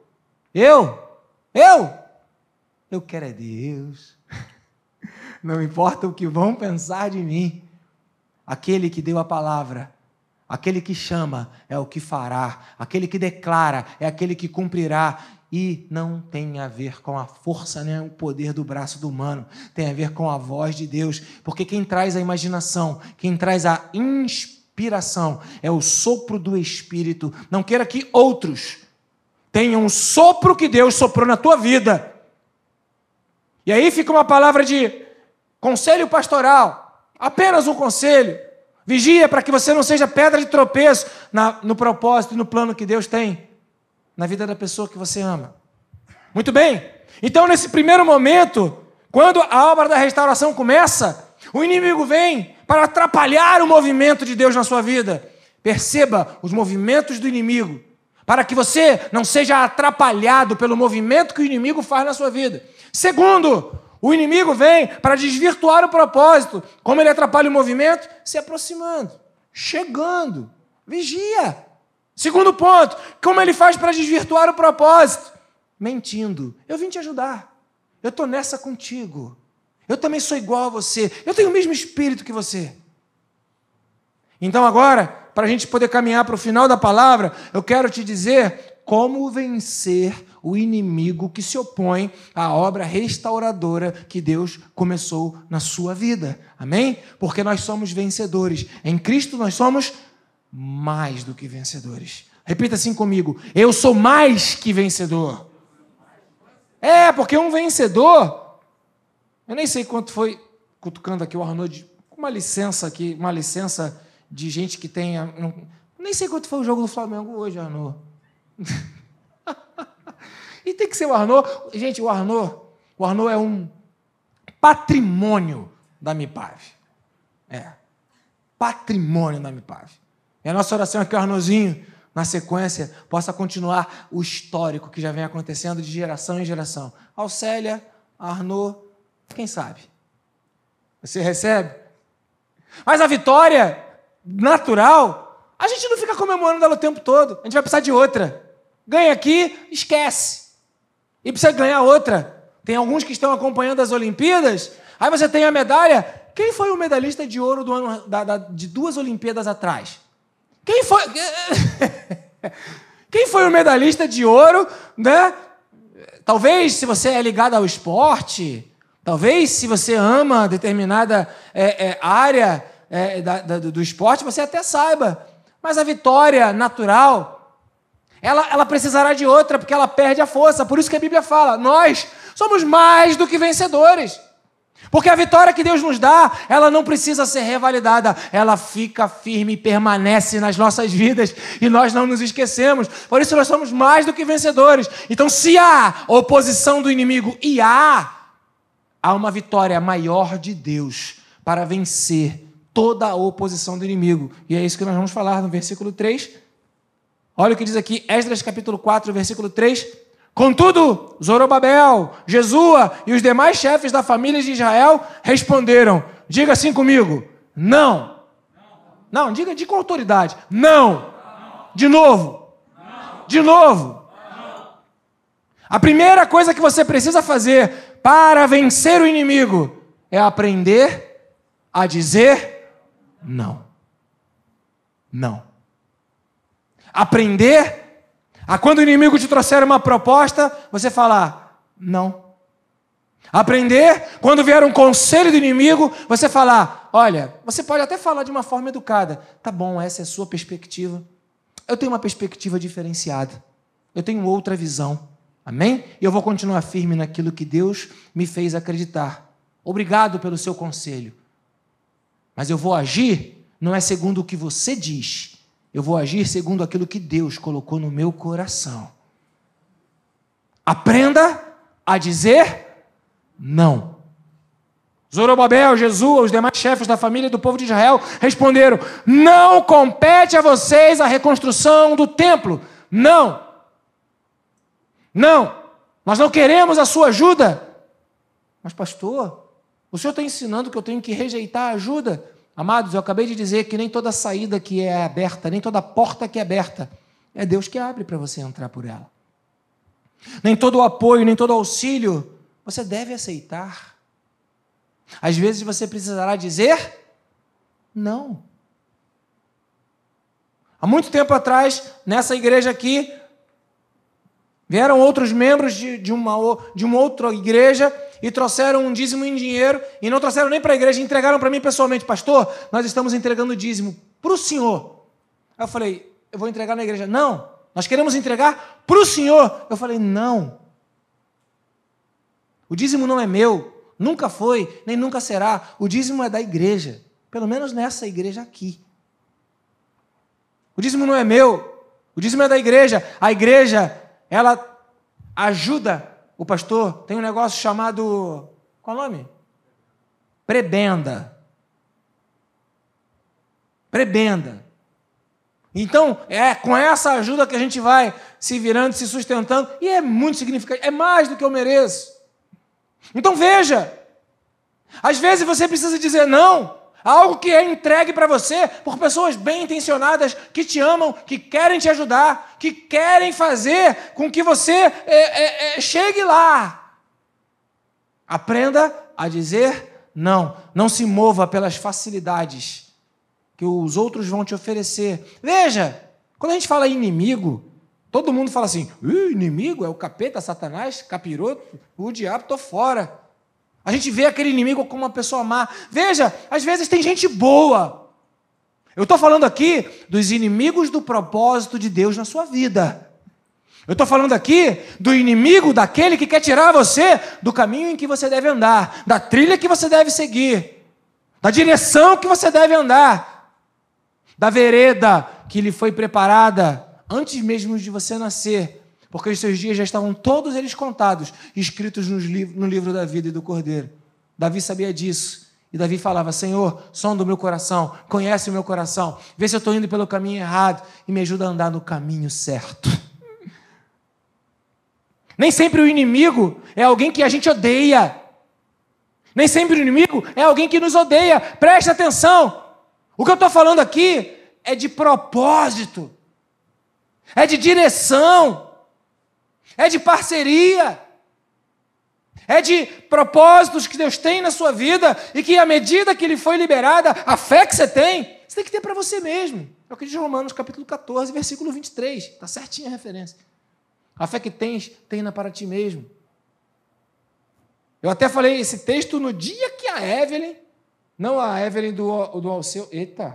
quero é Deus. Não importa o que vão pensar de mim. Aquele que deu a palavra, aquele que chama é o que fará. Aquele que declara é aquele que cumprirá. E não tem a ver com a força nem o poder do braço do humano. Tem a ver com a voz de Deus. Porque quem traz a imaginação, quem traz a inspiração é o sopro do Espírito. Não queira que outros tenham o sopro que Deus soprou na tua vida. E aí fica uma palavra de conselho pastoral. Apenas um conselho. Vigia para que você não seja pedra de tropeço no propósito e no plano que Deus tem na vida da pessoa que você ama. Muito bem. Então, nesse primeiro momento, quando a obra da restauração começa, o inimigo vem para atrapalhar o movimento de Deus na sua vida. Perceba os movimentos do inimigo, para que você não seja atrapalhado pelo movimento que o inimigo faz na sua vida. Segundo, o inimigo vem para desvirtuar o propósito. Como ele atrapalha o movimento? Se aproximando, chegando. Vigia. Segundo ponto, como ele faz para desvirtuar o propósito? Mentindo. Eu vim te ajudar. Eu estou nessa contigo. Eu também sou igual a você. Eu tenho o mesmo espírito que você. Então agora, para a gente poder caminhar para o final da palavra, eu quero te dizer como vencer o inimigo que se opõe à obra restauradora que Deus começou na sua vida. Amém? Porque nós somos vencedores. Em Cristo nós somos mais do que vencedores. Repita assim comigo: eu sou mais que vencedor. Porque um vencedor, eu nem sei quanto foi, cutucando aqui o Arnaud, com uma licença aqui, uma licença de gente que tenha, nem sei quanto foi o jogo do Flamengo hoje, Arnaud. E tem que ser o Arnaud. Gente, o Arnaud é um patrimônio da MIPAV. Patrimônio da MIPAV. E a nossa oração é que o Arnozinho, na sequência, possa continuar o histórico que já vem acontecendo de geração em geração. Alcélia, Arnaud, quem sabe? Você recebe? Mas a vitória natural, a gente não fica comemorando ela o tempo todo. A gente vai precisar de outra. Ganha aqui, esquece. E precisa ganhar outra. Tem alguns que estão acompanhando as Olimpíadas, aí você tem a medalha. Quem foi o medalhista de ouro de 2 Olimpíadas atrás? Quem foi o medalhista de ouro, né? Talvez, se você é ligado ao esporte, talvez, se você ama determinada área do esporte, você até saiba. Mas a vitória natural, ela precisará de outra, porque ela perde a força. Por isso que a Bíblia fala, nós somos mais do que vencedores. Porque a vitória que Deus nos dá, ela não precisa ser revalidada, ela fica firme e permanece nas nossas vidas, e nós não nos esquecemos. Por isso nós somos mais do que vencedores. Então, se há oposição do inimigo, e há uma vitória maior de Deus para vencer toda a oposição do inimigo. E é isso que nós vamos falar no versículo 3. Olha o que diz aqui, Esdras capítulo 4, versículo 3. Contudo, Zorobabel, Jesua e os demais chefes da família de Israel responderam, diga assim comigo, não. Não, diga com autoridade, não. De novo. De novo. A primeira coisa que você precisa fazer para vencer o inimigo é aprender a dizer não. Não. Aprender a quando o inimigo te trouxer uma proposta, você falar não. Aprender, quando vier um conselho do inimigo, você falar, olha, você pode até falar de uma forma educada, tá bom, essa é a sua perspectiva. Eu tenho uma perspectiva diferenciada. Eu tenho outra visão. Amém? E eu vou continuar firme naquilo que Deus me fez acreditar. Obrigado pelo seu conselho. Mas eu vou agir não é segundo o que você diz. Eu vou agir segundo aquilo que Deus colocou no meu coração. Aprenda a dizer não. Zorobabel, Jesus, os demais chefes da família do povo de Israel responderam: não compete a vocês a reconstrução do templo. Não. Não. Nós não queremos a sua ajuda. Mas, pastor, o senhor está ensinando que eu tenho que rejeitar a ajuda? Amados, eu acabei de dizer que nem toda saída que é aberta, nem toda porta que é aberta, é Deus que abre para você entrar por ela. Nem todo o apoio, nem todo o auxílio você deve aceitar. Às vezes você precisará dizer não. Há muito tempo atrás, nessa igreja aqui, vieram outros membros de uma outra igreja e trouxeram um dízimo em dinheiro e não trouxeram nem para a igreja, entregaram para mim pessoalmente: pastor, nós estamos entregando dízimo para o senhor. Aí eu falei: eu vou entregar na igreja. Não, nós queremos entregar para o senhor. Eu falei: não. O dízimo não é meu, nunca foi, nem nunca será. O dízimo é da igreja, pelo menos nessa igreja aqui. O dízimo não é meu, o dízimo é da igreja. A igreja, ela ajuda o pastor. Tem um negócio chamado, qual é o nome? Prebenda. Prebenda. Então, é com essa ajuda que a gente vai se virando, se sustentando, e é muito significativo, é mais do que eu mereço. Então veja, às vezes você precisa dizer não a algo que é entregue para você por pessoas bem intencionadas, que te amam, que querem te ajudar, que querem fazer com que você chegue lá. Aprenda a dizer não. Não se mova pelas facilidades que os outros vão te oferecer. Veja, quando a gente fala inimigo, todo mundo fala assim: inimigo é o capeta, Satanás, capiroto, o diabo, estou fora. A gente vê aquele inimigo como uma pessoa má. Veja, às vezes tem gente boa. Eu estou falando aqui dos inimigos do propósito de Deus na sua vida. Eu estou falando aqui do inimigo daquele que quer tirar você do caminho em que você deve andar, da trilha que você deve seguir, da direção que você deve andar, da vereda que lhe foi preparada antes mesmo de você nascer, porque os seus dias já estavam todos eles contados, escritos no livro da vida e do Cordeiro. Davi sabia disso, e Davi falava: Senhor, sonda o meu coração, conhece o meu coração, vê se eu estou indo pelo caminho errado e me ajuda a andar no caminho certo. Nem sempre o inimigo é alguém que a gente odeia. Nem sempre o inimigo é alguém que nos odeia. Preste atenção. O que eu estou falando aqui é de propósito, é de direção, é de parceria, é de propósitos que Deus tem na sua vida e que, à medida que lhe foi liberada, a fé que você tem que ter para você mesmo. É o que diz Romanos capítulo 14, versículo 23. Está certinha a referência. A fé que tens, tenha para ti mesmo. Eu até falei esse texto no dia que a Evelyn, não a Evelyn do Alceu,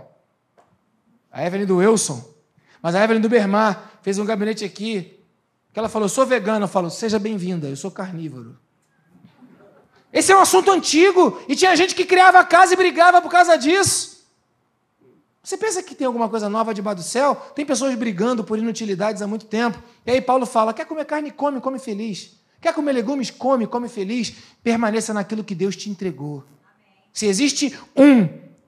a Evelyn do Wilson, mas a Evelyn do Bermar, fez um gabinete aqui, que ela falou: sou vegana. Eu falo: seja bem-vinda, eu sou carnívoro. Esse é um assunto antigo, e tinha gente que criava a casa e brigava por causa disso. Você pensa que tem alguma coisa nova debaixo do céu? Tem pessoas brigando por inutilidades há muito tempo. E aí Paulo fala: quer comer carne, come, come feliz. Quer comer legumes, come, come feliz. Permaneça naquilo que Deus te entregou. Se existe um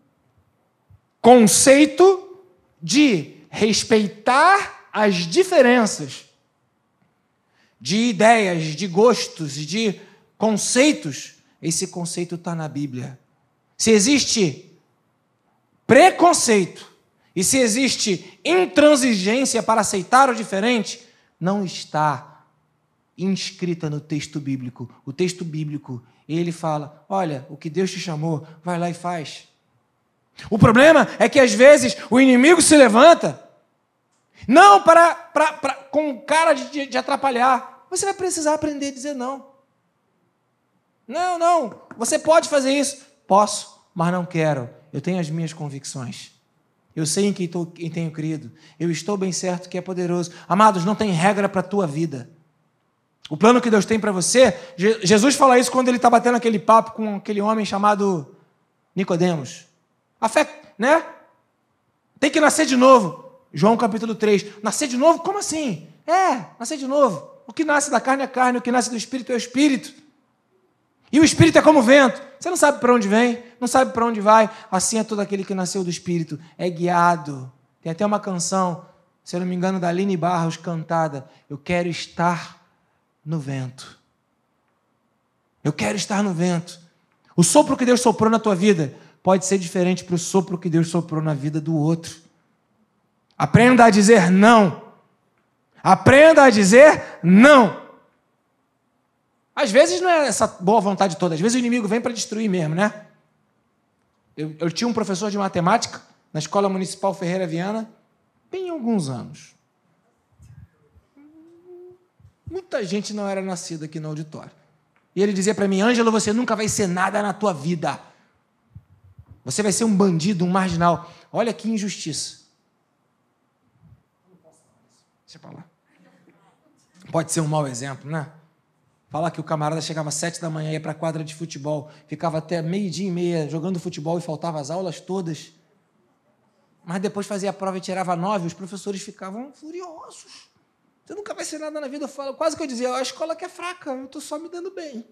conceito de respeitar as diferenças de ideias, de gostos e de conceitos, esse conceito está na Bíblia. Se existe preconceito e se existe intransigência para aceitar o diferente, não está inscrita no texto bíblico. O texto bíblico, ele fala: olha, o que Deus te chamou, vai lá e faz. O problema é que às vezes o inimigo se levanta, não com cara de atrapalhar. Você vai precisar aprender a dizer não. Não, você pode fazer isso. Posso, mas não quero. Eu tenho as minhas convicções. Eu sei em quem tenho crido. Eu estou bem certo que é poderoso. Amados, não tem regra para a tua vida. O plano que Deus tem para você, Jesus fala isso quando ele está batendo aquele papo com aquele homem chamado Nicodemos. A fé, né? Tem que nascer de novo. João capítulo 3. Nascer de novo? Como assim? Nascer de novo. O que nasce da carne é carne, o que nasce do Espírito é o Espírito. E o Espírito é como o vento. Você não sabe para onde vem, não sabe para onde vai. Assim é todo aquele que nasceu do Espírito. É guiado. Tem até uma canção, se eu não me engano, da Aline Barros, cantada. Eu quero estar no vento. Eu quero estar no vento. O sopro que Deus soprou na tua vida pode ser diferente para o sopro que Deus soprou na vida do outro. Aprenda a dizer não. Aprenda a dizer não. Às vezes não é essa boa vontade toda. Às vezes o inimigo vem para destruir mesmo, né? Eu tinha um professor de matemática na Escola Municipal Ferreira Viana, bem alguns anos. Muita gente não era nascida aqui no auditório. E ele dizia para mim, Ângelo, você nunca vai ser nada na tua vida. Você vai ser um bandido, um marginal. Olha que injustiça. Deixa para lá. Pode ser um mau exemplo, né? Falar que o camarada chegava às 7 da manhã, ia para a quadra de futebol, ficava até 12:30 jogando futebol e faltava as aulas todas. Mas depois fazia a prova e tirava 9, os professores ficavam furiosos. Você nunca vai ser nada na vida. Eu falo, quase que eu dizia, a escola que é fraca, eu estou só me dando bem.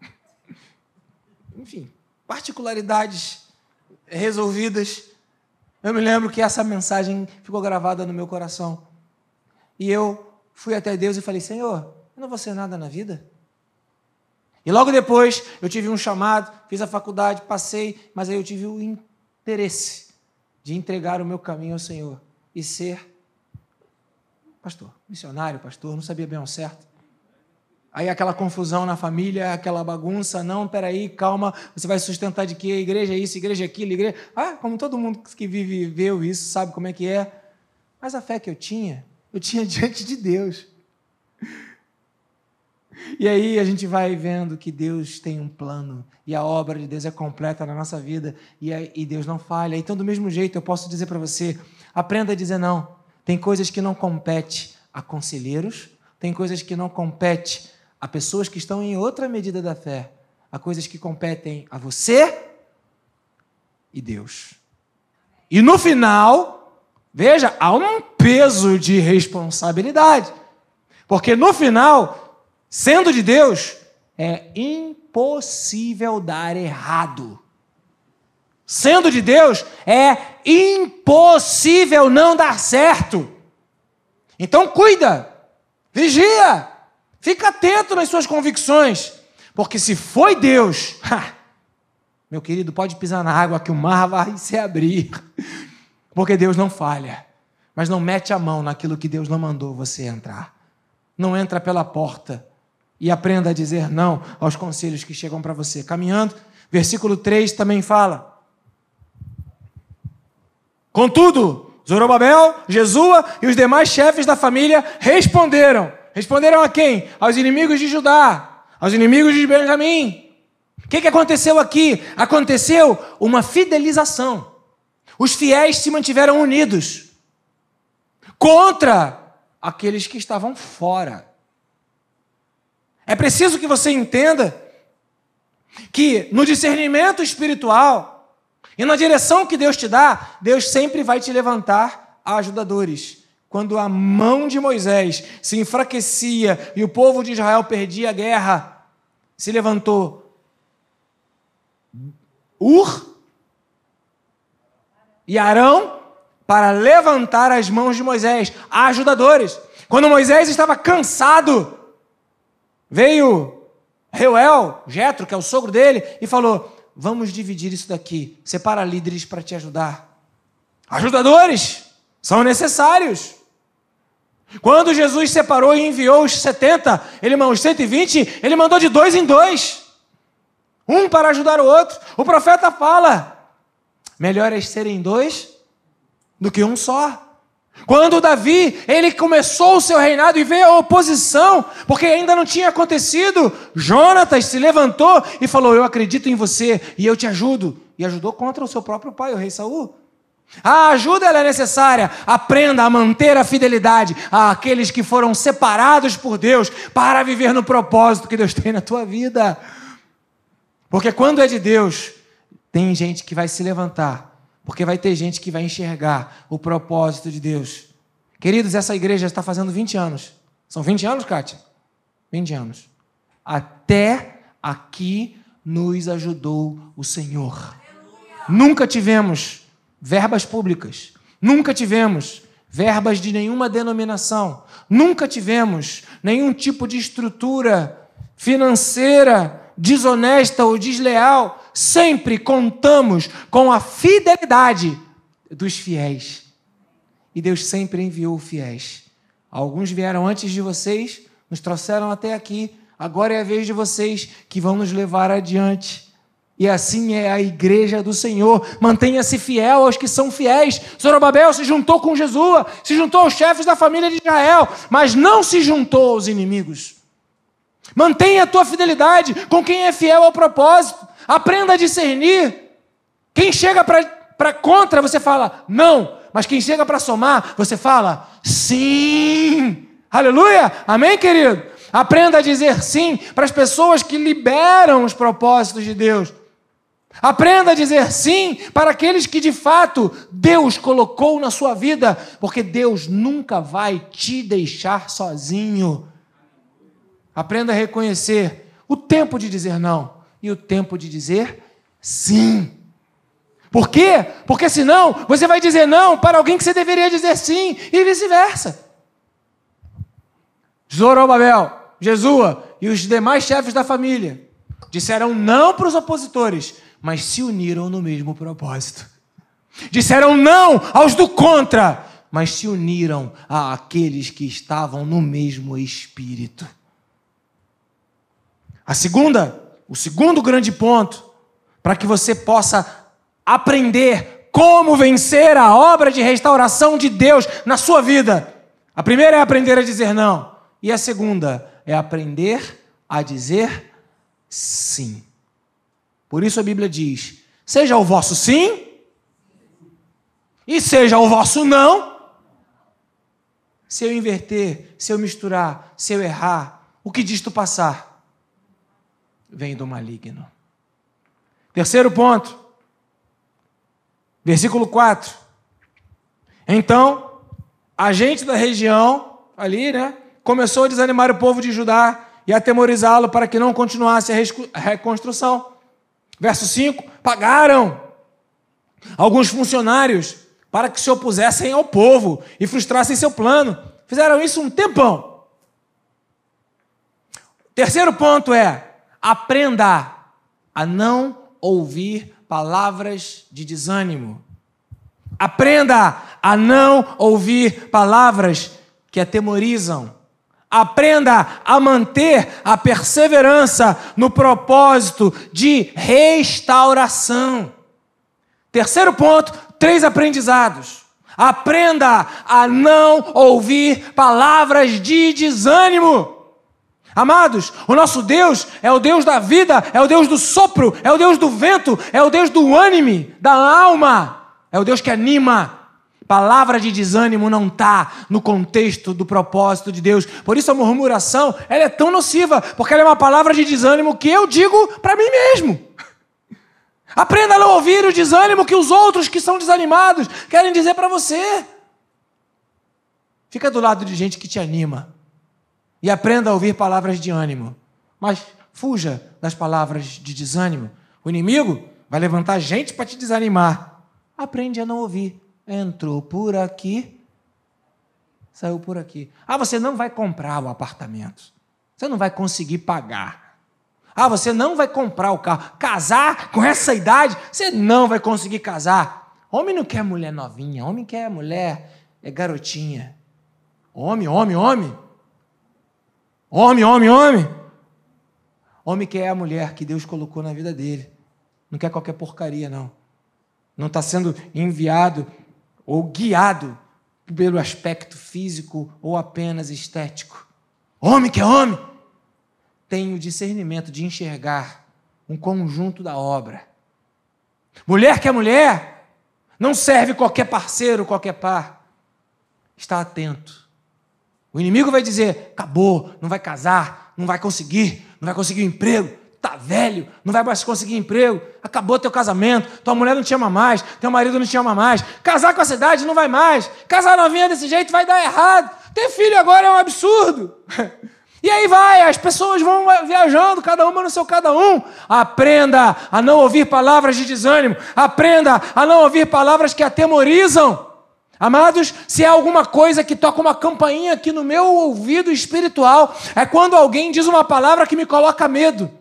Enfim, particularidades resolvidas. Eu me lembro que essa mensagem ficou gravada no meu coração. E eu fui até Deus e falei, Senhor, eu não vou ser nada na vida? E logo depois eu tive um chamado, fiz a faculdade, passei, mas aí eu tive o interesse de entregar o meu caminho ao Senhor e ser pastor, missionário, pastor, não sabia bem ao certo. Aí aquela confusão na família, aquela bagunça, não, peraí, calma, você vai sustentar de quê? Igreja isso, igreja aquilo, igreja... como todo mundo que viveu isso, sabe como é que é. Mas a fé que eu tinha diante de Deus. E aí a gente vai vendo que Deus tem um plano e a obra de Deus é completa na nossa vida e Deus não falha. Então, do mesmo jeito, eu posso dizer para você, aprenda a dizer não. Tem coisas que não competem a conselheiros, tem coisas que não competem a pessoas que estão em outra medida da fé. Há coisas que competem a você e Deus. E no final, veja, há um peso de responsabilidade. Porque no final, sendo de Deus, é impossível dar errado. Sendo de Deus, é impossível não dar certo. Então cuida, vigia, fica atento nas suas convicções, porque se foi Deus, meu querido, pode pisar na água que o mar vai se abrir, porque Deus não falha, mas não mete a mão naquilo que Deus não mandou você entrar. Não entra pela porta e aprenda a dizer não aos conselhos que chegam para você. Caminhando, versículo 3 também fala, contudo, Zorobabel, Jesua e os demais chefes da família responderam. Responderam a quem? Aos inimigos de Judá, aos inimigos de Benjamim. O que aconteceu aqui? Aconteceu uma fidelização. Os fiéis se mantiveram unidos contra aqueles que estavam fora. É preciso que você entenda que no discernimento espiritual e na direção que Deus te dá, Deus sempre vai te levantar ajudadores. Quando a mão de Moisés se enfraquecia e o povo de Israel perdia a guerra, se levantou Ur e Arão para levantar as mãos de Moisés, ajudadores. Quando Moisés estava cansado, veio Reuel, Jetro, que é o sogro dele, e falou, vamos dividir isso daqui, separa líderes para te ajudar. Ajudadores são necessários. Quando Jesus separou e enviou os 70, os 120, ele mandou de 2 em 2. Um para ajudar o outro. O profeta fala, melhor é serem 2 do que um só. Quando Davi, ele começou o seu reinado e veio a oposição, porque ainda não tinha acontecido, Jonatas se levantou e falou, eu acredito em você e eu te ajudo. E ajudou contra o seu próprio pai, o rei Saul. A ajuda ela é necessária. Aprenda a manter a fidelidade àqueles que foram separados por Deus para viver no propósito que Deus tem na tua vida. Porque quando é de Deus, tem gente que vai se levantar Porque vai ter gente que vai enxergar o propósito de Deus. Queridos, essa igreja está fazendo 20 anos. São 20 anos, Kátia? 20 anos. Até aqui nos ajudou o Senhor. Nunca tivemos verbas públicas. Nunca tivemos verbas de nenhuma denominação. Nunca tivemos nenhum tipo de estrutura financeira desonesta ou desleal. Sempre contamos com a fidelidade dos fiéis. E Deus sempre enviou fiéis. Alguns vieram antes de vocês, nos trouxeram até aqui. Agora é a vez de vocês que vão nos levar adiante. E assim é a igreja do Senhor. Mantenha-se fiel aos que são fiéis. Zorobabel se juntou com Jesua, se juntou aos chefes da família de Israel, mas não se juntou aos inimigos. Mantenha a tua fidelidade com quem é fiel ao propósito. Aprenda a discernir. Quem chega para contra, você fala não. Mas quem chega para somar, você fala sim. Aleluia! Amém, querido? Aprenda a dizer sim para as pessoas que liberam os propósitos de Deus. Aprenda a dizer sim para aqueles que de fato Deus colocou na sua vida, porque Deus nunca vai te deixar sozinho. Aprenda a reconhecer o tempo de dizer não e o tempo de dizer sim. Por quê? Porque senão você vai dizer não para alguém que você deveria dizer sim e vice-versa. Zorobabel, Jesua e os demais chefes da família disseram não para os opositores, mas se uniram no mesmo propósito. Disseram não aos do contra, mas se uniram àqueles que estavam no mesmo espírito. O segundo grande ponto, para que você possa aprender como vencer a obra de restauração de Deus na sua vida. A primeira é aprender a dizer não. E a segunda é aprender a dizer sim. Por isso a Bíblia diz, seja o vosso sim e seja o vosso não. Se eu inverter, se eu misturar, se eu errar, o que disto passar? Vem do maligno. Terceiro ponto. Versículo 4. Então, a gente da região, ali, começou a desanimar o povo de Judá e atemorizá-lo para que não continuasse a reconstrução. Verso 5. Pagaram alguns funcionários para que se opusessem ao povo e frustrassem seu plano. Fizeram isso um tempão. Terceiro ponto é, aprenda a não ouvir palavras de desânimo. Aprenda a não ouvir palavras que atemorizam. Aprenda a manter a perseverança no propósito de restauração. Terceiro ponto, 3 aprendizados. Aprenda a não ouvir palavras de desânimo. Amados, o nosso Deus é o Deus da vida, é o Deus do sopro, é o Deus do vento, é o Deus do ânimo, da alma, é o Deus que anima. Palavra de desânimo não está no contexto do propósito de Deus. Por isso a murmuração, ela é tão nociva, porque ela é uma palavra de desânimo que eu digo para mim mesmo. Aprenda a não ouvir o desânimo que os outros que são desanimados querem dizer para você. Fica do lado de gente que te anima. E aprenda a ouvir palavras de ânimo. Mas fuja das palavras de desânimo. O inimigo vai levantar gente para te desanimar. Aprende a não ouvir. Entrou por aqui, saiu por aqui. Você não vai comprar o apartamento. Você não vai conseguir pagar. Você não vai comprar o carro. Casar com essa idade, você não vai conseguir casar. Homem não quer mulher novinha. Homem quer mulher garotinha. Homem. Homem quer a mulher que Deus colocou na vida dele. Não quer qualquer porcaria, não. Não está sendo enviado ou guiado pelo aspecto físico ou apenas estético. Homem que é homem tem o discernimento de enxergar um conjunto da obra. Mulher que é mulher não serve qualquer parceiro, qualquer par. Está atento. O inimigo vai dizer, acabou, não vai casar, não vai conseguir um emprego. tá velho, não vai mais conseguir emprego, acabou teu casamento, tua mulher não te ama mais, teu marido não te ama mais, casar com a cidade não vai mais, casar novinha desse jeito vai dar errado, ter filho agora é um absurdo. E aí vai, as pessoas vão viajando, cada uma no seu cada um. Aprenda a não ouvir palavras de desânimo, aprenda a não ouvir palavras que atemorizam. Amados, se há alguma coisa que toca uma campainha aqui no meu ouvido espiritual, é quando alguém diz uma palavra que me coloca medo.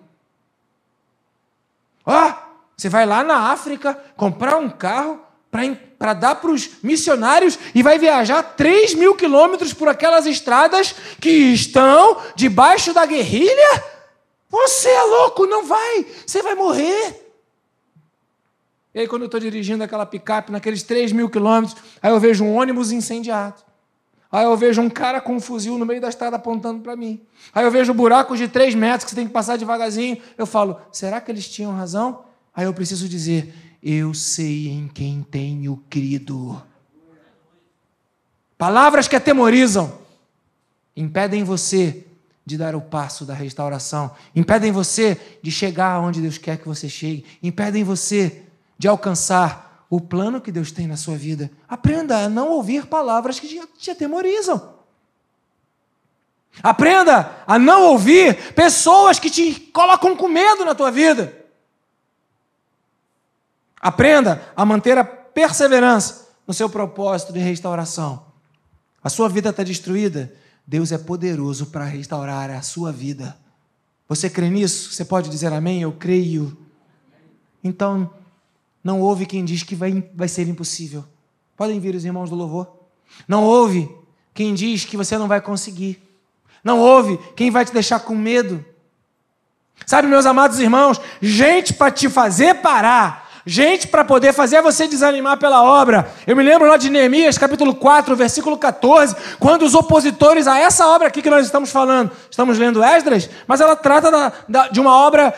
Você vai lá na África comprar um carro para dar para os missionários e vai viajar 3.000 quilômetros por aquelas estradas que estão debaixo da guerrilha? Você é louco, não vai, você vai morrer. E aí quando eu estou dirigindo aquela picape naqueles 3.000 quilômetros, aí eu vejo um ônibus incendiado. Aí eu vejo um cara com um fuzil no meio da estrada apontando para mim. Aí eu vejo buracos de 3 metros que você tem que passar devagarzinho. Eu falo, será que eles tinham razão? Aí eu preciso dizer, eu sei em quem tenho crido. Palavras que atemorizam impedem você de dar o passo da restauração, impedem você de chegar onde Deus quer que você chegue, impedem você de alcançar o plano que Deus tem na sua vida. Aprenda a não ouvir palavras que te atemorizam. Aprenda a não ouvir pessoas que te colocam com medo na tua vida. Aprenda a manter a perseverança no seu propósito de restauração. A sua vida está destruída? Deus é poderoso para restaurar a sua vida. Você crê nisso? Você pode dizer amém? Eu creio. Então, não ouve quem diz que vai ser impossível. Podem vir os irmãos do louvor. Não ouve quem diz que você não vai conseguir. Não ouve quem vai te deixar com medo. Sabe, meus amados irmãos, gente para te fazer parar, gente para poder fazer você desanimar pela obra. Eu me lembro lá de Neemias, capítulo 4, versículo 14, quando os opositores a essa obra aqui que nós estamos falando, estamos lendo Esdras, mas ela trata de uma obra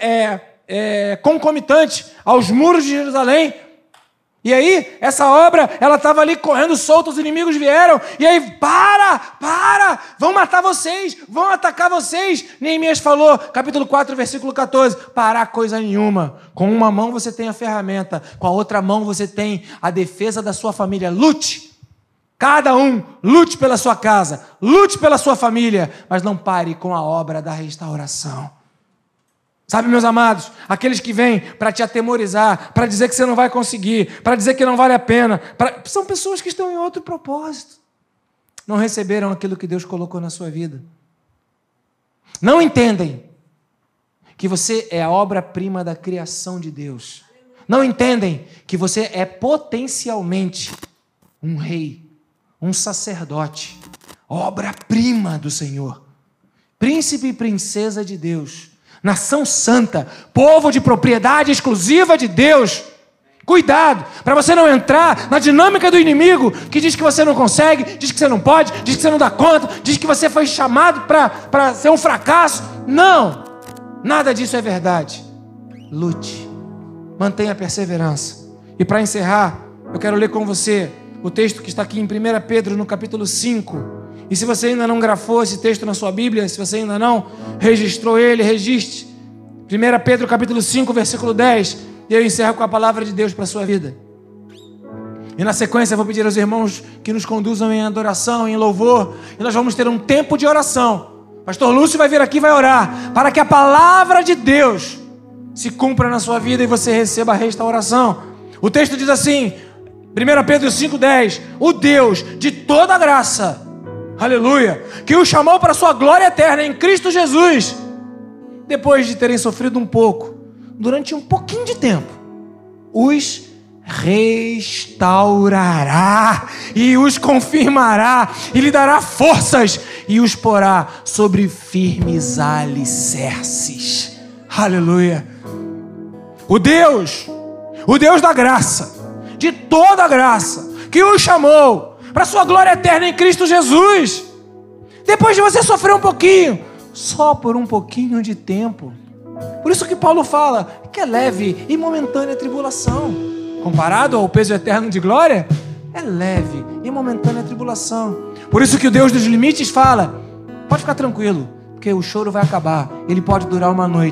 concomitante aos muros de Jerusalém. E aí, essa obra, ela estava ali correndo solta, os inimigos vieram, e aí, para, vão matar vocês, vão atacar vocês. Neemias falou, capítulo 4, versículo 14, parar coisa nenhuma. Com uma mão você tem a ferramenta, com a outra mão você tem a defesa da sua família. Lute, cada um, lute pela sua casa, lute pela sua família, mas não pare com a obra da restauração. Sabe, meus amados, aqueles que vêm para te atemorizar, para dizer que você não vai conseguir, para dizer que não vale a pena, são pessoas que estão em outro propósito. Não receberam aquilo que Deus colocou na sua vida. Não entendem que você é a obra-prima da criação de Deus. Não entendem que você é potencialmente um rei, um sacerdote, obra-prima do Senhor, príncipe e princesa de Deus, nação santa, povo de propriedade exclusiva de Deus. Cuidado, para você não entrar na dinâmica do inimigo, que diz que você não consegue, diz que você não pode, diz que você não dá conta, diz que você foi chamado para ser um fracasso. Não, nada disso é verdade. Lute, mantenha a perseverança. E para encerrar, eu quero ler com você o texto que está aqui em 1 Pedro, no capítulo 5. E se você ainda não grafou esse texto na sua Bíblia, se você ainda não registrou ele, registre. 1 Pedro capítulo 5, versículo 10. E eu encerro com a palavra de Deus para a sua vida. E na sequência eu vou pedir aos irmãos que nos conduzam em adoração, em louvor. E nós vamos ter um tempo de oração. Pastor Lúcio vai vir aqui e vai orar para que a palavra de Deus se cumpra na sua vida e você receba a restauração. O texto diz assim, 1 Pedro 5, 10. O Deus de toda graça, aleluia, que o chamou para a sua glória eterna em Cristo Jesus, depois de terem sofrido um pouco, durante um pouquinho de tempo, os restaurará e os confirmará e lhe dará forças e os porá sobre firmes alicerces. Aleluia. O Deus da graça, de toda a graça, que o chamou para a sua glória eterna em Cristo Jesus, depois de você sofrer um pouquinho, só por um pouquinho de tempo. Por isso que Paulo fala que é leve e momentânea tribulação. Comparado ao peso eterno de glória, é leve e momentânea tribulação. Por isso que o Deus dos limites fala, pode ficar tranquilo, porque o choro vai acabar. Ele pode durar uma noite,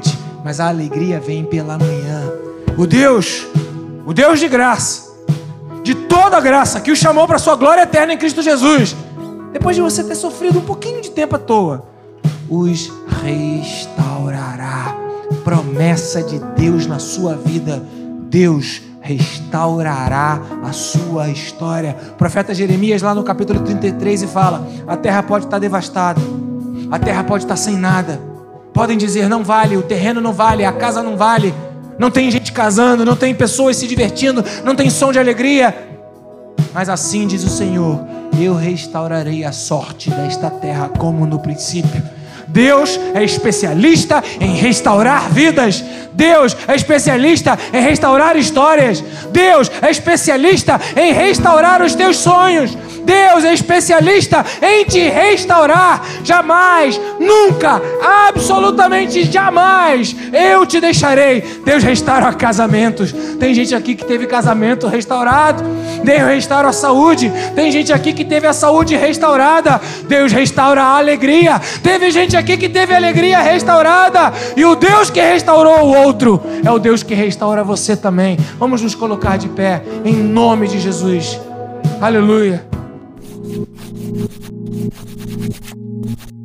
mas a alegria vem pela manhã. O Deus de graça, de toda graça, que o chamou para a sua glória eterna em Cristo Jesus, depois de você ter sofrido um pouquinho de tempo à toa, os restaurará. Promessa de Deus na sua vida. Deus restaurará a sua história. O profeta Jeremias, lá no capítulo 33, fala: a terra pode estar devastada, a terra pode estar sem nada, podem dizer não vale, o terreno não vale, a casa não vale, não tem gente casando, não tem pessoas se divertindo, não tem som de alegria, mas assim diz o Senhor: eu restaurarei a sorte desta terra como no princípio. Deus é especialista em restaurar vidas. Deus é especialista em restaurar histórias. Deus é especialista em restaurar os teus sonhos. Deus é especialista em te restaurar. Jamais, nunca, absolutamente jamais eu te deixarei. Deus restaura casamentos. Tem gente aqui que teve casamento restaurado. Deus restaura a saúde. Tem gente aqui que teve a saúde restaurada. Deus restaura a alegria. Teve gente aqui que teve a alegria restaurada. E o Deus que restaurou o outro é o Deus que restaura você também. Vamos nos colocar de pé em nome de Jesus. Aleluia.